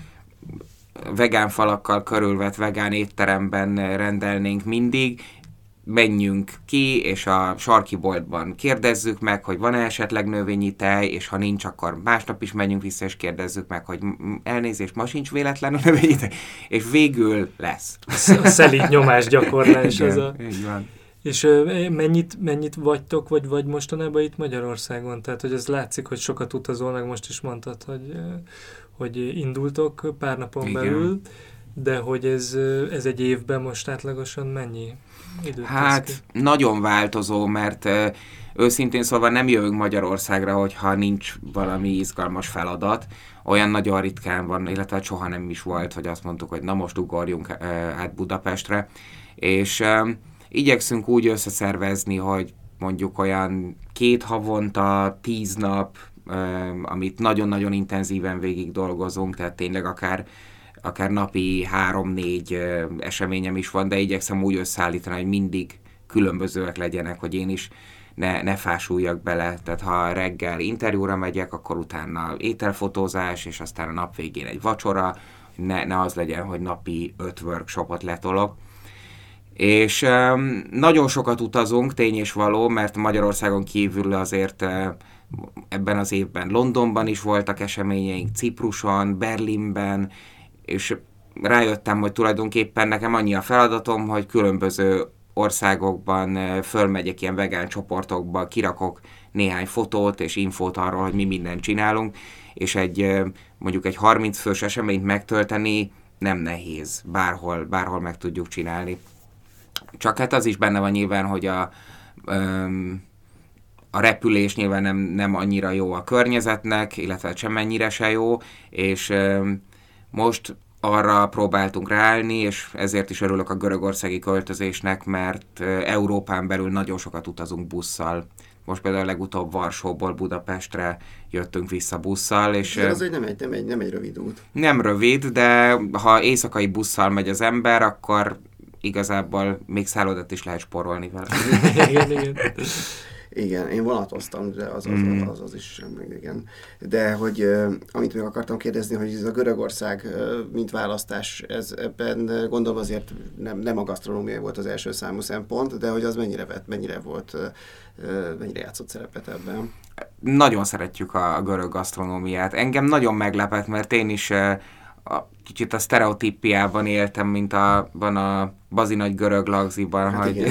vegán falakkal körülvett vegán étteremben rendelnénk mindig, menjünk ki, és a sarki boltban kérdezzük meg, hogy van-e esetleg növényi tej, és ha nincs, akkor másnap is menjünk vissza, és kérdezzük meg, hogy elnézést, ma sincs véletlenül növényi tej, és végül lesz. A szelíd nyomásgyakorlás az a... Így van. És mennyit, mennyit vagytok, vagy vagy mostanában itt Magyarországon? Tehát, hogy ez látszik, hogy sokat utazol, meg most is mondtad, hogy, hogy indultok pár napon Igen. belül, de hogy ez, ez egy évben most átlagosan mennyi? időt Hát tesz nagyon változó, mert uh, őszintén szólva nem jövünk Magyarországra, hogyha nincs valami izgalmas feladat. Olyan nagyon ritkán van, illetve soha nem is volt, hogy azt mondtuk, hogy na most ugorjunk uh, át Budapestre. És um, igyekszünk úgy összeszervezni, hogy mondjuk olyan két havonta, tíz nap, um, amit nagyon-nagyon intenzíven végig dolgozunk, tehát tényleg akár akár napi három-négy uh, eseményem is van, de igyekszem úgy összeállítani, hogy mindig különbözőek legyenek, hogy én is ne, ne fásuljak bele. Tehát ha reggel interjúra megyek, akkor utána ételfotózás, és aztán a nap végén egy vacsora, ne, ne az legyen, hogy napi öt workshopot letolok. És um, nagyon sokat utazunk, tény és való, mert Magyarországon kívül azért uh, ebben az évben Londonban is voltak eseményeink, Cipruson, Berlinben, és rájöttem, hogy tulajdonképpen nekem annyi a feladatom, hogy különböző országokban fölmegyek ilyen vegán csoportokba, kirakok néhány fotót és infót arról, hogy mi mindent csinálunk, és egy mondjuk egy harminc fős eseményt megtölteni nem nehéz, bárhol, bárhol meg tudjuk csinálni. Csak hát az is benne van nyilván, hogy a, a repülés nyilván nem, nem annyira jó a környezetnek, illetve semennyire se jó, és most arra próbáltunk ráállni, és ezért is örülök a görögországi költözésnek, mert Európán belül nagyon sokat utazunk busszal. Most például legutóbb Varsóból Budapestre jöttünk vissza busszal. És de az egy nem, egy, nem, egy, nem egy rövid út. Nem rövid, de ha éjszakai busszal megy az ember, akkor igazából még szállodát is lehet spórolni vele. igen, igen. Igen, én vonatoztam, de az az, mm. az, az is sem, igen. De hogy uh, amit még akartam kérdezni, hogy ez a Görögország, uh, mint választás, ez ebben gondolom azért nem, nem a gasztronómia volt az első számú szempont, de hogy az mennyire vett, mennyire volt, uh, mennyire játszott szerepet ebben? Nagyon szeretjük a, a görög gasztronómiát. Engem nagyon meglepett, mert én is uh, a, kicsit a sztereotípiában éltem, mint a, van a bazinagy görög lagziban, hát hogy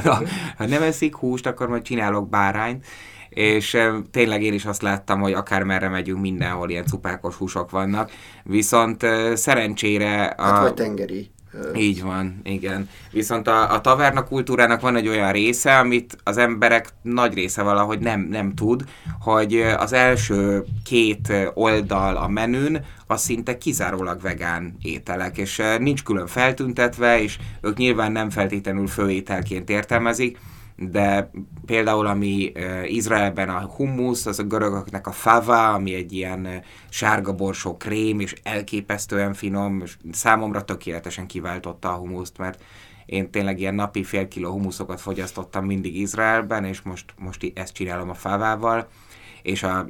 ha nem eszik húst, akkor majd csinálok bárányt, és e, tényleg én is azt láttam, hogy akármerre megyünk, mindenhol ilyen cupákos húsok vannak, viszont e, szerencsére... A, hát vagy tengeri. Így van, igen. Viszont a, a taverna kultúrának van egy olyan része, amit az emberek nagy része valahogy nem, nem tud, hogy az első két oldal a menün, az szinte kizárólag vegán ételek, és nincs külön feltüntetve, és ők nyilván nem feltétlenül főételként értelmezik, de például ami uh, Izraelben a hummus, az a görögöknek a fava, ami egy ilyen uh, sárga borsó krém, és elképesztően finom, és számomra tökéletesen kiváltotta a humuszt, mert én tényleg ilyen napi fél kiló humuszokat fogyasztottam mindig Izraelben, és most, most ezt csinálom a favával, és a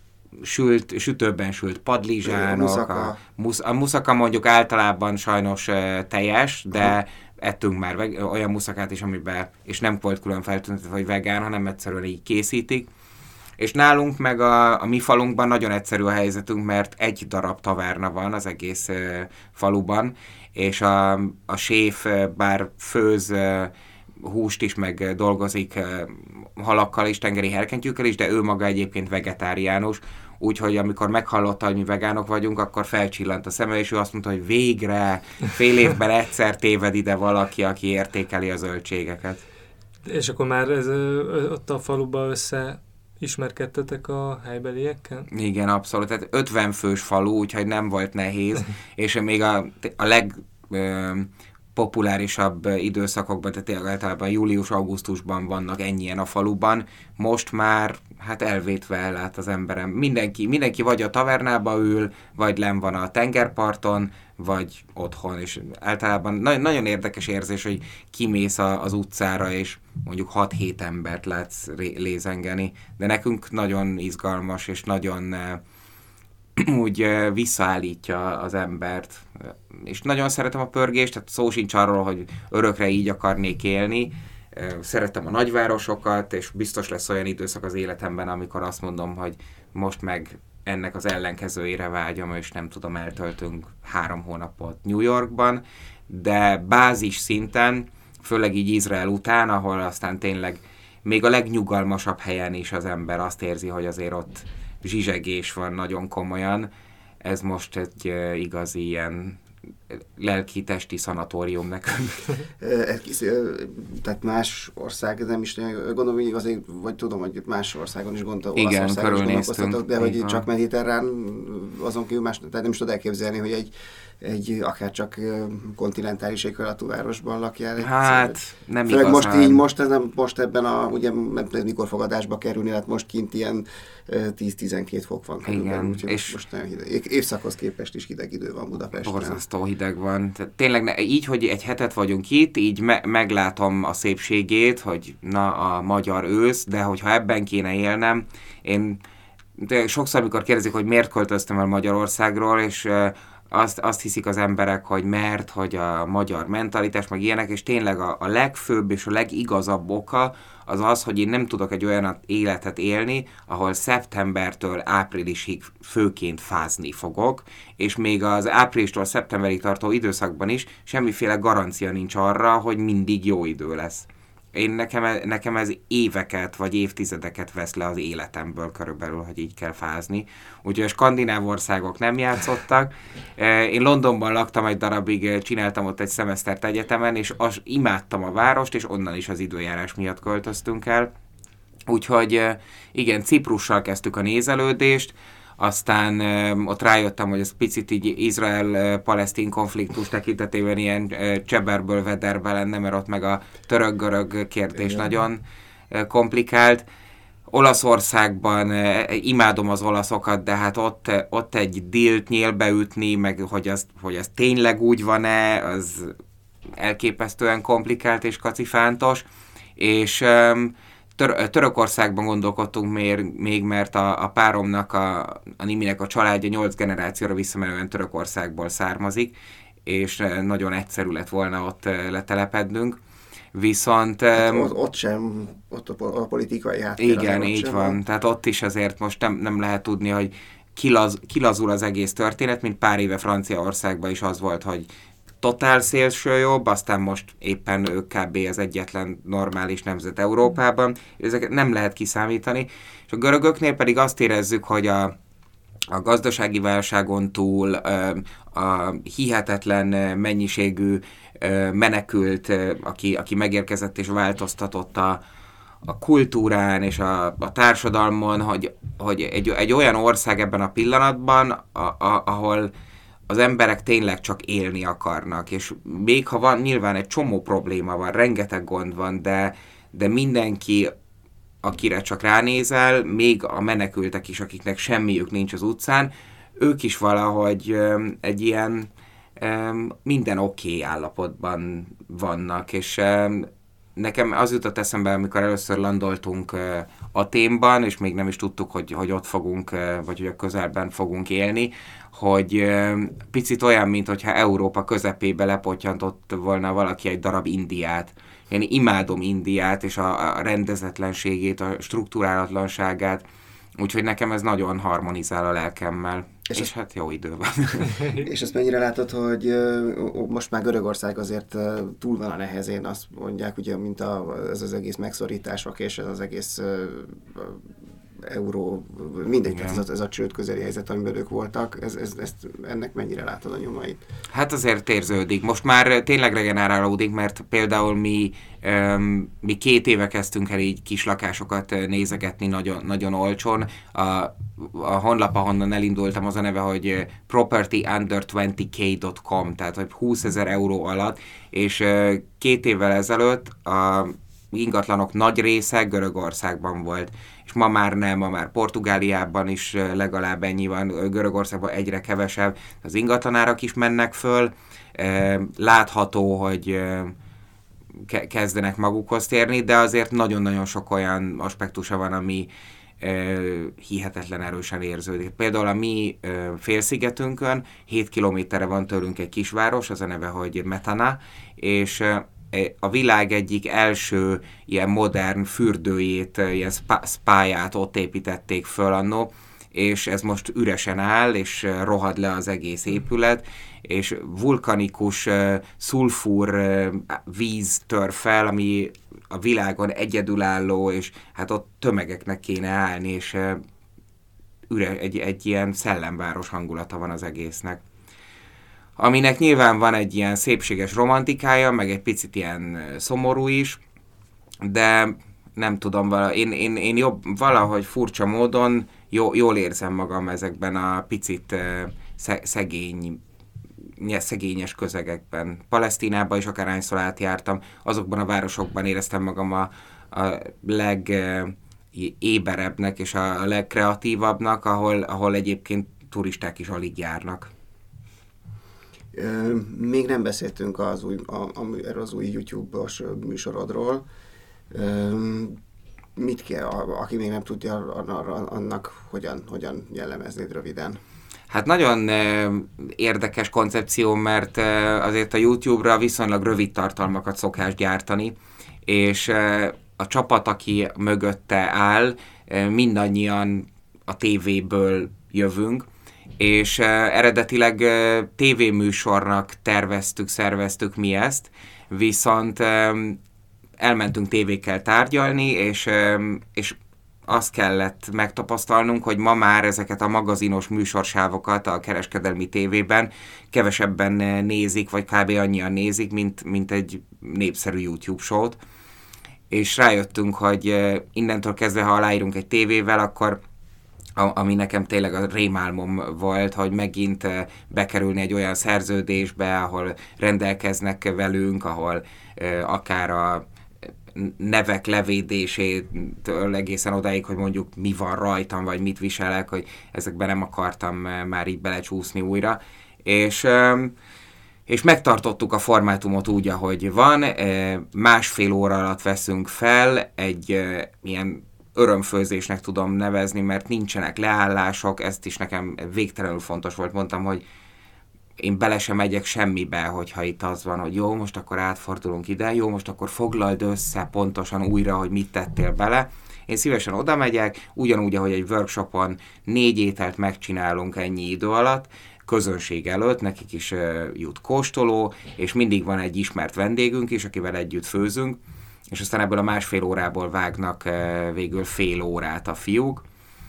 sült, sütőben sült padlizsánok, a, a, musz, a muszaka mondjuk általában sajnos uh, teljes, de ettünk már veg- olyan muszakát is, amiben, és nem volt külön feltüntetve, hogy vegán, hanem egyszerűen így készítik. És nálunk meg a, a mi falunkban nagyon egyszerű a helyzetünk, mert egy darab taverna van az egész uh, faluban, és a, a séf uh, bár főz uh, húst is, meg dolgozik uh, halakkal is, tengeri herkentyűkkel is, de ő maga egyébként vegetáriánus, úgyhogy amikor meghallotta, hogy mi vegánok vagyunk, akkor felcsillant a szeme, és ő azt mondta, hogy végre fél évben egyszer téved ide valaki, aki értékeli a zöldségeket. És akkor már ez, ott a faluban össze ismerkedtetek a helybeliekkel? Igen, abszolút. Tehát ötven fős falu, úgyhogy nem volt nehéz, és még a, a leg... Ö, populárisabb időszakokban, tehát tényleg általában július-augusztusban vannak ennyien a faluban. Most már hát elvétve ellát az emberem. Mindenki, mindenki vagy a tavernába ül, vagy lenn van a tengerparton, vagy otthon. És általában na- nagyon érdekes érzés, hogy kimész a, az utcára, és mondjuk hat-hét embert látsz ré- lézengeni. De nekünk nagyon izgalmas, és nagyon úgy visszaállítja az embert. És nagyon szeretem a pörgést, tehát szó sincs arról, hogy örökre így akarnék élni. Szeretem a nagyvárosokat, és biztos lesz olyan időszak az életemben, amikor azt mondom, hogy most meg ennek az ellenkezőjére vágyom, és nem tudom, eltöltünk három hónapot New Yorkban, de bázis szinten, főleg így Izrael után, ahol aztán tényleg még a legnyugalmasabb helyen is az ember azt érzi, hogy azért ott zsizsegés van nagyon komolyan. Ez most egy uh, igazi ilyen lelki-testi szanatórium nekünk. Tehát más ország, nem is gondolom, hogy azért, vagy tudom, hogy más országon is gondolom, igen, körülnéztünk. De hogy csak mediterrán, azon kívül más, tehát nem is tudod elképzelni, hogy egy, egy akár csak kontinentális éghajlatú városban lakjál. Hát, nem főleg igazán. most így, most, ez nem, most ebben a, ugye ez mikor fog adásba kerülni, hát most kint ilyen tíz-tizenkét fok van körülbelül, úgyhogy és most nagyon hideg. Évszakhoz képest is hideg idő van Budapesten. Borzasztó hideg van. Tehát tényleg ne, így, hogy egy hetet vagyunk itt, így me- meglátom a szépségét, hogy na a magyar ősz, de hogyha ebben kéne élnem, én de sokszor, amikor kérdezik, hogy miért költöztem el Magyarországról, és Azt, azt hiszik az emberek, hogy mert, hogy a magyar mentalitás, meg ilyenek, és tényleg a, a legfőbb és a legigazabb oka az az, hogy én nem tudok egy olyan életet élni, ahol szeptembertől áprilisig főként fázni fogok, és még az áprilistól szeptemberig tartó időszakban is semmiféle garancia nincs arra, hogy mindig jó idő lesz. Én nekem, nekem ez éveket vagy évtizedeket vesz le az életemből körülbelül, hogy így kell fázni. Úgyhogy a skandináv országok nem játszottak. Én Londonban laktam egy darabig, csináltam ott egy szemesztert egyetemen, és az, imádtam a várost, és onnan is az időjárás miatt költöztünk el. Úgyhogy igen, Ciprussal kezdtük a nézelődést, aztán ö, ott rájöttem, hogy ez picit így Izrael-palesztin konfliktus tekintetében ilyen ö, cseberből vederbe lenne, mert ott meg a török-görög kérdés igen. nagyon ö, komplikált. Olaszországban ö, imádom az olaszokat, de hát ott, ott egy dílt nyílbeütni, meg hogy az, hogy az tényleg úgy van-e, az elképesztően komplikált és kacifántos, és ö, Tör- Törökországban gondolkodtunk még, még mert a, a páromnak, a, a Niminek a családja nyolc generációra visszamenően Törökországból származik, és nagyon egyszerű lett volna ott letelepednünk. Viszont... Hát ott, ott sem, ott a politikai háttér. Igen, így van. van. Tehát ott is azért most nem, nem lehet tudni, hogy kilaz, kilazul az egész történet, mint pár éve Franciaországban is az volt, hogy totál szélsőjobb, aztán most éppen ők kb. Az egyetlen normális nemzet Európában. Ezeket nem lehet kiszámítani. És a görögöknél pedig azt érezzük, hogy a, a gazdasági válságon túl a hihetetlen mennyiségű menekült, aki, aki megérkezett és változtatott a, a kultúrán és a, a társadalmon, hogy, hogy egy, egy olyan ország ebben a pillanatban, a, a, ahol az emberek tényleg csak élni akarnak, és még ha van, nyilván egy csomó probléma van, rengeteg gond van, de, de mindenki, akire csak ránézel, még a menekültek is, akiknek semmiük nincs az utcán, ők is valahogy um, egy ilyen um, minden oké okay állapotban vannak, és um, nekem az jutott eszembe, amikor először landoltunk uh, Athénban, és még nem is tudtuk, hogy, hogy ott fogunk, uh, vagy hogy a közelben fogunk élni, hogy uh, picit olyan, mintha Európa közepébe lepotyantott volna valaki egy darab Indiát. Én imádom Indiát, és a, a rendezetlenségét, a strukturálatlanságát, úgyhogy nekem ez nagyon harmonizál a lelkemmel. És, és hát jó idő van. És ezt mennyire látod, hogy uh, most már Görögország azért uh, túl van a nehezén, azt mondják, ugye, mint a, ez az egész megszorítások, és ez az egész uh, euró, mindegy, ez a, ez a csőd közeli helyzet, amiben ők voltak, ez, ez, ezt, ennek mennyire látod a nyomait? Hát azért érződik. Most már tényleg regenerálódik, mert például mi, um, mi két éve kezdtünk el így kis lakásokat nézegetni nagyon, nagyon olcsón. A, a honlap, ahonnan elindultam, az a neve, hogy property under twenty k dot com, tehát hogy húszezer euró alatt, és uh, két évvel ezelőtt a ingatlanok nagy része Görögországban volt. És ma már nem, ma már Portugáliában is legalább ennyi van, Görögországban egyre kevesebb, az ingatlanárak is mennek föl, látható, hogy kezdenek magukhoz térni, de azért nagyon-nagyon sok olyan aspektusa van, ami hihetetlen erősen érződik. Például a mi félszigetünkön hét kilométerre van tőlünk egy kisváros, az a neve, hogy Metana, és a világ egyik első ilyen modern fürdőjét, ilyen spáját ott építették föl annó, és ez most üresen áll, és rohad le az egész épület, és vulkanikus szulfur víz tör fel, ami a világon egyedülálló, és hát ott tömegeknek kéne állni, és üre, egy, egy ilyen szellemváros hangulata van az egésznek. aminek nyilván van egy ilyen szépséges romantikája, meg egy picit ilyen szomorú is, de nem tudom, vala, én, én, én jobb, valahogy furcsa módon jó, jól érzem magam ezekben a picit szegény, szegényes közegekben. Palesztinában is akárhányszor átjártam, azokban a városokban éreztem magam a, a legéberebbnek és a legkreatívabbnak, ahol, ahol egyébként turisták is alig járnak. Még nem beszéltünk az új, a, a, erről az új YouTube-os műsorodról. Mit kell, aki még nem tudja, annak hogyan, hogyan jellemeznéd röviden? Hát nagyon eh, érdekes koncepció, mert eh, azért a YouTube-ra viszonylag rövid tartalmakat szokás gyártani, és eh, a csapat, aki mögötte áll, eh, mindannyian a tévéből jövünk, és eh, eredetileg eh, tévéműsornak terveztük, szerveztük mi ezt, viszont eh, elmentünk tévékkel tárgyalni, és, eh, és azt kellett megtapasztalnunk, hogy ma már ezeket a magazinos műsorsávokat a kereskedelmi tévében kevesebben nézik, vagy kb. Annyian nézik, mint, mint egy népszerű YouTube show-t. És rájöttünk, hogy innentől kezdve, ha aláírunk egy tévével, akkor ami nekem tényleg a rémálmom volt, hogy megint bekerülni egy olyan szerződésbe, ahol rendelkeznek velünk, ahol akár a nevek levédésétől egészen odáig, hogy mondjuk mi van rajtam, vagy mit viselek, hogy ezekben nem akartam már így belecsúszni újra. És, és megtartottuk a formátumot úgy, ahogy van, másfél óra alatt veszünk fel, egy ilyen örömfőzésnek tudom nevezni, mert nincsenek leállások, ezt is nekem végtelenül fontos volt, mondtam, hogy én bele sem megyek semmibe, hogyha itt az van, hogy jó, most akkor átfordulunk ide, jó, most akkor foglald össze pontosan újra, hogy mit tettél bele. Én szívesen oda megyek, ugyanúgy, ahogy egy workshopon négy ételt megcsinálunk ennyi idő alatt, közönség előtt, nekik is uh, jut kóstoló, és mindig van egy ismert vendégünk is, akivel együtt főzünk, és aztán ebből a másfél órából vágnak uh, végül fél órát a fiúk,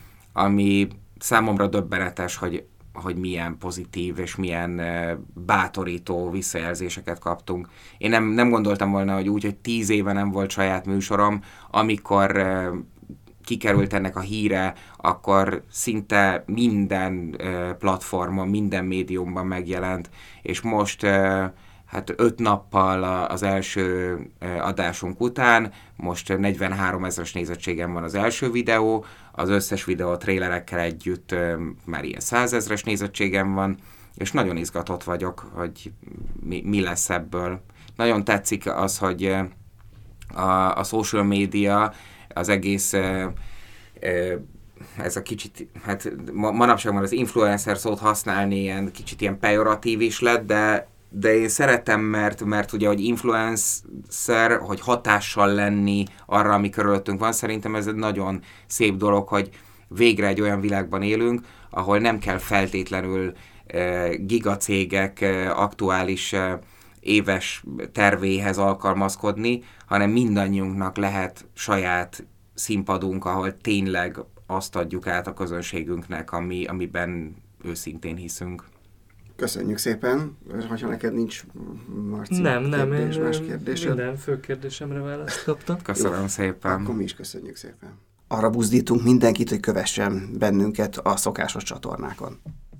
ami számomra döbbenetes, hogy hogy milyen pozitív és milyen uh, bátorító visszajelzéseket kaptunk. Én nem, nem gondoltam volna, hogy úgy, hogy tíz éve nem volt saját műsorom, amikor uh, kikerült ennek a híre, akkor szinte minden uh, platformon, minden médiumban megjelent, és most uh, hát öt nappal az első uh, adásunk után, most negyvenhárom ezres nézettségem van az első videó, az összes videó trélerekkel együtt uh, már ilyen százezres nézettségem van, és nagyon izgatott vagyok, hogy mi, mi lesz ebből. Nagyon tetszik az, hogy uh, a, a social media, az egész uh, uh, ez a kicsit, hát manapság már az influencer szót használni ilyen kicsit ilyen pejoratív is lett, de de én szeretem, mert, mert ugye, hogy influencer, hogy hatással lenni arra, ami körülöttünk van, szerintem ez egy nagyon szép dolog, hogy végre egy olyan világban élünk, ahol nem kell feltétlenül eh, gigacégek eh, aktuális eh, éves tervéhez alkalmazkodni, hanem mindannyiunknak lehet saját színpadunk, ahol tényleg azt adjuk át a közönségünknek, ami, amiben őszintén hiszünk. Köszönjük szépen, hogyha neked nincs, Marci, nem, nem, kérdés, én más kérdésed. Minden fő kérdésemre választ kaptam. Köszönöm szépen. Akkor mi is köszönjük szépen. Arra buzdítunk mindenkit, hogy kövessen bennünket a szokásos csatornákon.